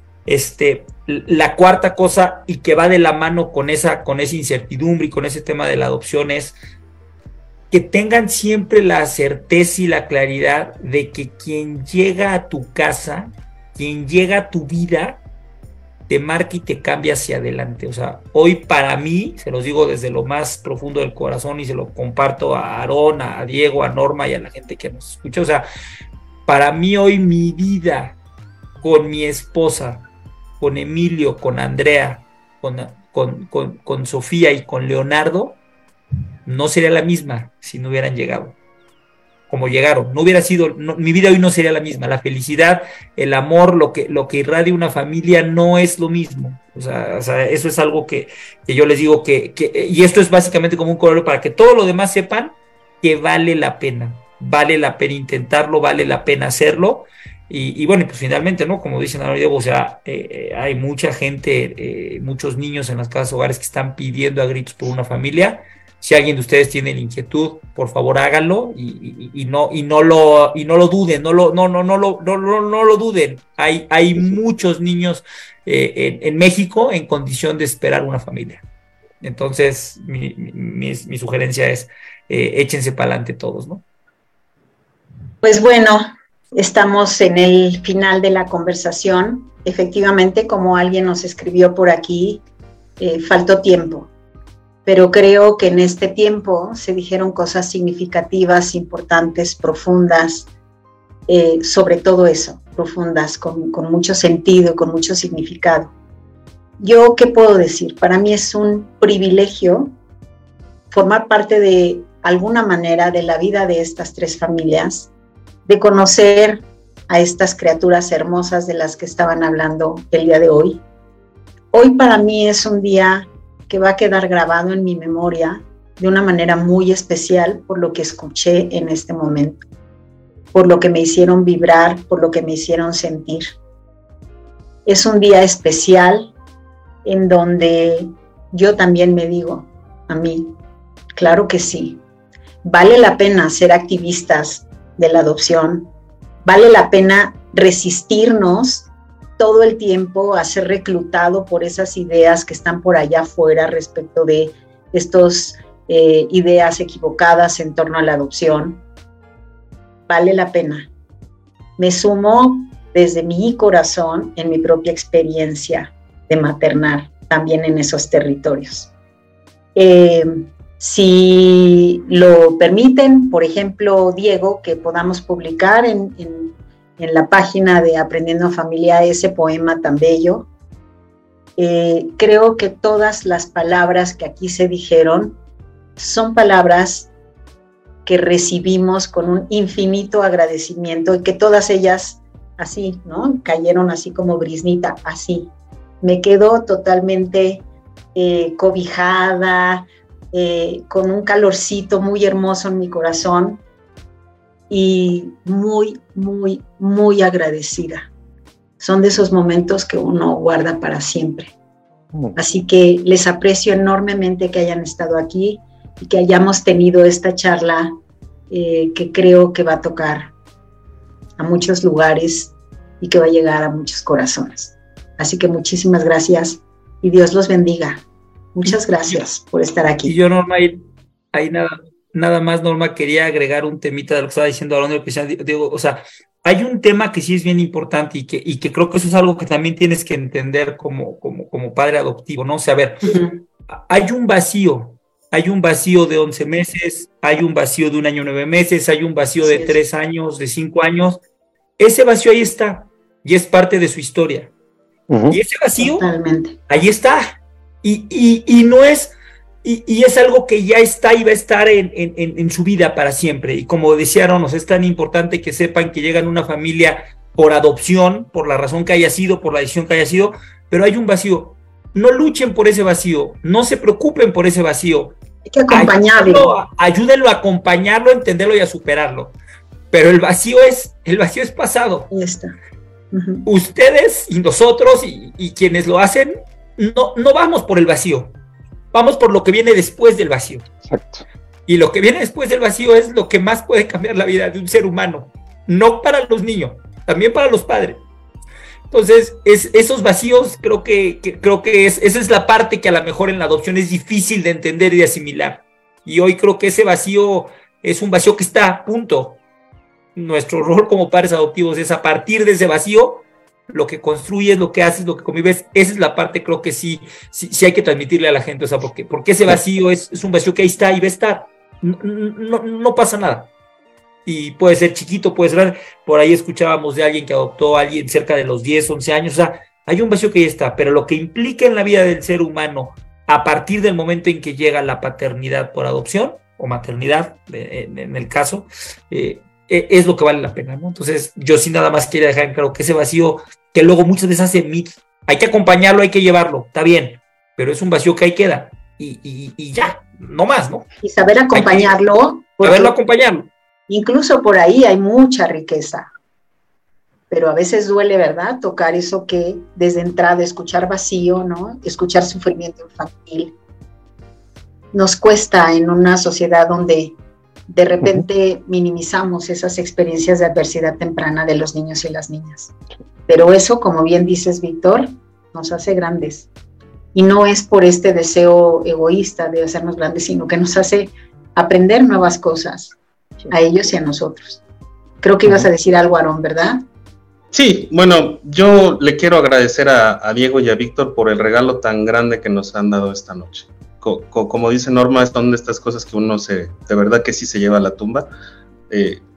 S6: La cuarta cosa, y que va de la mano con esa incertidumbre y con ese tema de la adopción, es que tengan siempre la certeza y la claridad de que quien llega a tu casa, quien llega a tu vida, te marca y te cambia hacia adelante. O sea, hoy para mí, se los digo desde lo más profundo del corazón y se lo comparto a Aarón, a Diego, a Norma y a la gente que nos escucha, o sea, para mí hoy mi vida con mi esposa, con Emilio, con Andrea, con Sofía y con Leonardo, no sería la misma si no hubieran llegado como llegaron. No hubiera sido, mi vida hoy no sería la misma. La felicidad, el amor, lo que irradia una familia no es lo mismo. O sea, eso es algo que yo les digo y esto es básicamente como un correo para que todo lo demás sepan que vale la pena intentarlo, vale la pena hacerlo. Y bueno, pues finalmente, ¿no? Como dicen ahora, Diego, o sea, hay mucha gente, muchos niños en las casas hogares que están pidiendo a gritos por una familia. Si alguien de ustedes tiene la inquietud, por favor háganlo y no lo duden, no lo duden. Hay muchos niños en México en condición de esperar una familia. Entonces, mi sugerencia es échense para adelante todos, ¿no?
S2: Pues bueno, estamos en el final de la conversación. Efectivamente, como alguien nos escribió por aquí, faltó tiempo. Pero creo que en este tiempo se dijeron cosas significativas, importantes, profundas, sobre todo eso, profundas, con mucho sentido y con mucho significado. Yo, ¿qué puedo decir? Para mí es un privilegio formar parte de alguna manera de la vida de estas tres familias, de conocer a estas criaturas hermosas de las que estaban hablando el día de hoy. Hoy para mí es un día que va a quedar grabado en mi memoria de una manera muy especial por lo que escuché en este momento, por lo que me hicieron vibrar, por lo que me hicieron sentir. Es un día especial en donde yo también me digo a mí, claro que sí, vale la pena ser activistas de la adopción, vale la pena resistirnos todo el tiempo a ser reclutado por esas ideas que están por allá afuera respecto de estas ideas equivocadas en torno a la adopción. Vale la pena. Me sumo desde mi corazón en mi propia experiencia de maternar también en esos territorios. Si lo permiten, por ejemplo, Diego, que podamos publicar en la página de Aprendiendo en Familia ese poema tan bello, creo que todas las palabras que aquí se dijeron son palabras que recibimos con un infinito agradecimiento y que todas ellas así, ¿no? Cayeron así como briznita, así. Me quedo totalmente cobijada, con un calorcito muy hermoso en mi corazón y muy, muy, muy agradecida. Son de esos momentos que uno guarda para siempre. Así que les aprecio enormemente que hayan estado aquí y que hayamos tenido esta charla que creo que va a tocar a muchos lugares y que va a llegar a muchos corazones. Así que muchísimas gracias y Dios los bendiga. Muchas gracias por estar aquí.
S6: Y yo, Norma, ahí nada más, Norma, quería agregar un temita de lo que estaba diciendo hablando de lo que decía Diego. O sea, hay un tema que sí es bien importante y que creo que eso es algo que también tienes que entender como padre adoptivo, ¿no? O sea, a ver, hay un vacío de 11 meses, hay un vacío de 1 año 9 meses, hay un vacío de 3 años, de 5 años. Ese vacío ahí está y es parte de su historia. Y ese vacío, totalmente, ahí está. Y no es, y es algo que ya está y va a estar en su vida para siempre. Y como decía Aaron, es tan importante que sepan que llegan a una familia por adopción, por la razón que haya sido, por la decisión que haya sido, pero hay un vacío. No luchen por ese vacío, no se preocupen por ese vacío.
S2: Hay que acompañarlo.
S6: Ayúdenlo a acompañarlo, a entenderlo y a superarlo. Pero el vacío es pasado.
S2: Ahí está.
S6: Ustedes y nosotros y quienes lo hacen, no vamos por el vacío, vamos por lo que viene después del vacío.
S4: Exacto.
S6: Y lo que viene después del vacío es lo que más puede cambiar la vida de un ser humano, no para los niños, también para los padres. Entonces, esos vacíos creo que esa es la parte que a lo mejor en la adopción es difícil de entender y de asimilar. Y hoy creo que ese vacío es un vacío que está a punto. Nuestro rol como padres adoptivos es a partir de ese vacío, lo que construyes, lo que haces, lo que convives, esa es la parte creo que sí hay que transmitirle a la gente, o sea, porque ese vacío es un vacío que ahí está y va a estar, no pasa nada, y puede ser chiquito, puede ser, por ahí escuchábamos de alguien que adoptó a alguien cerca de los 10, 11 años, o sea, hay un vacío que ahí está, pero lo que implica en la vida del ser humano, a partir del momento en que llega la paternidad por adopción, o maternidad, en el caso, es lo que vale la pena, ¿no? Entonces, yo sí nada más quería dejar en claro que ese vacío, que luego muchas veces hace mito, hay que acompañarlo, hay que llevarlo, está bien, pero es un vacío que ahí queda, y ya, no más, ¿no?
S2: Y saber acompañarlo.
S6: Saberlo acompañarlo.
S2: Incluso por ahí hay mucha riqueza, pero a veces duele, ¿verdad? Tocar eso que desde entrada, escuchar vacío, ¿no? Escuchar sufrimiento infantil. Nos cuesta en una sociedad donde de repente minimizamos esas experiencias de adversidad temprana de los niños y las niñas. Pero eso, como bien dices, Víctor, nos hace grandes. Y no es por este deseo egoísta de hacernos grandes, sino que nos hace aprender nuevas cosas a ellos y a nosotros. Creo que ibas a decir algo, Aarón, ¿verdad?
S3: Sí, bueno, yo le quiero agradecer a Diego y a Víctor por el regalo tan grande que nos han dado esta noche. Como dice Norma, son de estas cosas que uno de verdad que sí se lleva a la tumba.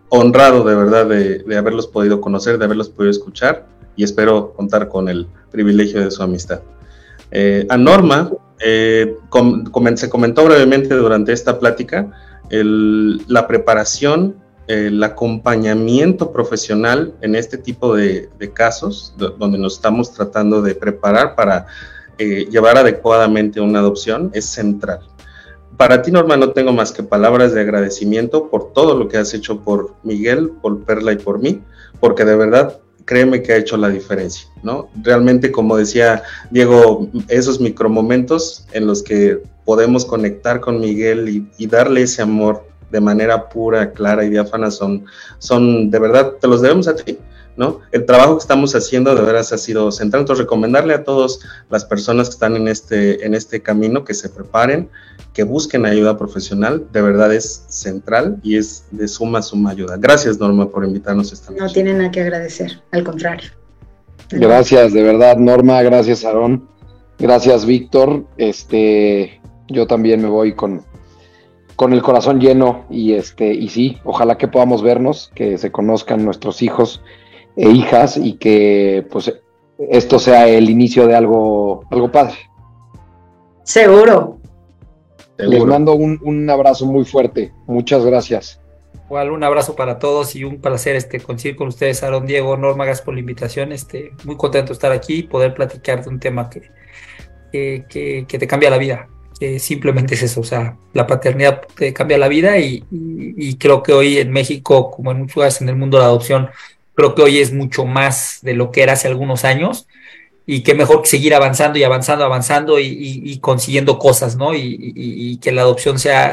S3: honrado de verdad de haberlos podido conocer, de haberlos podido escuchar, y espero contar con el privilegio de su amistad. A Norma, se comentó brevemente durante esta plática la preparación, el acompañamiento profesional en este tipo de casos, donde nos estamos tratando de preparar para llevar adecuadamente una adopción, es central. Para ti, Norma, no tengo más que palabras de agradecimiento por todo lo que has hecho por Miguel, por Perla y por mí, porque de verdad, créeme que ha hecho la diferencia, ¿no? Realmente, como decía Diego, esos micromomentos en los que podemos conectar con Miguel y darle ese amor de manera pura, clara y diáfana son de verdad, te los debemos a ti, ¿no? El trabajo que estamos haciendo de veras ha sido central. Entonces, recomendarle a todas las personas que están en este camino que se preparen, que busquen ayuda profesional, de verdad es central y es de suma ayuda. Gracias, Norma, por invitarnos esta noche.
S2: No tienen nada que agradecer, al contrario.
S4: Gracias, de verdad, Norma, gracias, Aarón, gracias, Víctor. Yo también me voy con el corazón lleno y sí, ojalá que podamos vernos, que se conozcan nuestros hijos e hijas y que pues esto sea el inicio de algo padre.
S2: Seguro.
S4: Les mando un abrazo muy fuerte. Muchas gracias.
S6: Igual un abrazo para todos y un placer coincidir con ustedes, Aarón, Diego, Norma, gracias por la invitación. Muy contento de estar aquí y poder platicar de un tema que te cambia la vida. Simplemente es eso, o sea, la paternidad te cambia la vida y creo que hoy en México, como en muchos lugares en el mundo de la adopción, creo que hoy es mucho más de lo que era hace algunos años. Y qué mejor que seguir avanzando y avanzando y consiguiendo cosas, ¿no? Y que la adopción sea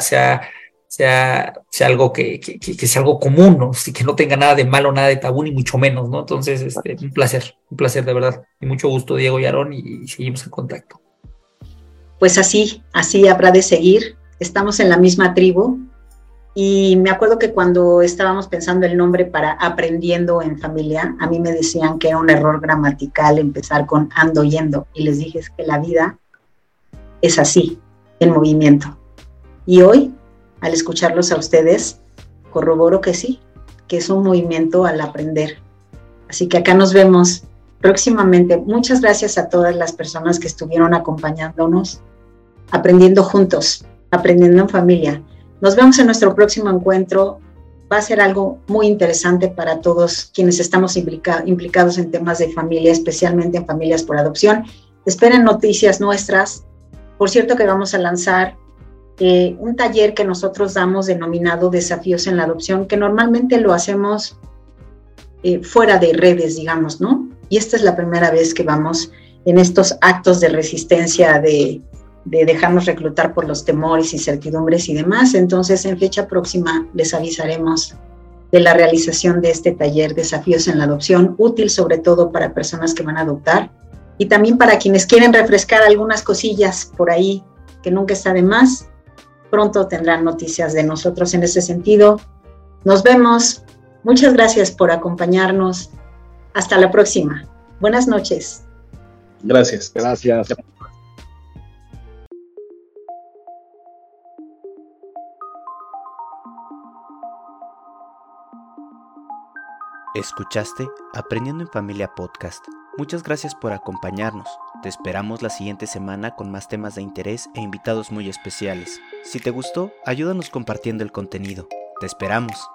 S6: algo que sea algo común, ¿no? Así que no tenga nada de malo, nada de tabú, ni mucho menos, ¿no? Entonces, un placer de verdad. Y mucho gusto, Diego y Aarón, y seguimos en contacto.
S2: Pues así habrá de seguir. Estamos en la misma tribu. Y me acuerdo que cuando estábamos pensando el nombre para Aprendiendo en Familia, a mí me decían que era un error gramatical empezar con ando yendo. Y les dije, es que la vida es así, en movimiento. Y hoy, al escucharlos a ustedes, corroboro que sí, que es un movimiento al aprender. Así que acá nos vemos próximamente. Muchas gracias a todas las personas que estuvieron acompañándonos, aprendiendo juntos, aprendiendo en familia. Nos vemos en nuestro próximo encuentro. Va a ser algo muy interesante para todos quienes estamos implicados en temas de familia, especialmente en familias por adopción. Esperen noticias nuestras. Por cierto que vamos a lanzar un taller que nosotros damos denominado Desafíos en la Adopción, que normalmente lo hacemos fuera de redes, digamos, ¿no? Y esta es la primera vez que vamos en estos actos de resistencia de dejarnos reclutar por los temores, incertidumbres y demás. Entonces, en fecha próxima les avisaremos de la realización de este taller Desafíos en la Adopción, útil sobre todo para personas que van a adoptar y también para quienes quieren refrescar algunas cosillas por ahí, que nunca está de más. Pronto tendrán noticias de nosotros en ese sentido. Nos vemos. Muchas gracias por acompañarnos. Hasta la próxima. Buenas noches.
S3: Gracias.
S4: Gracias.
S1: Escuchaste Aprendiendo en Familia Podcast. Muchas gracias por acompañarnos. Te esperamos la siguiente semana con más temas de interés e invitados muy especiales. Si te gustó, ayúdanos compartiendo el contenido. Te esperamos.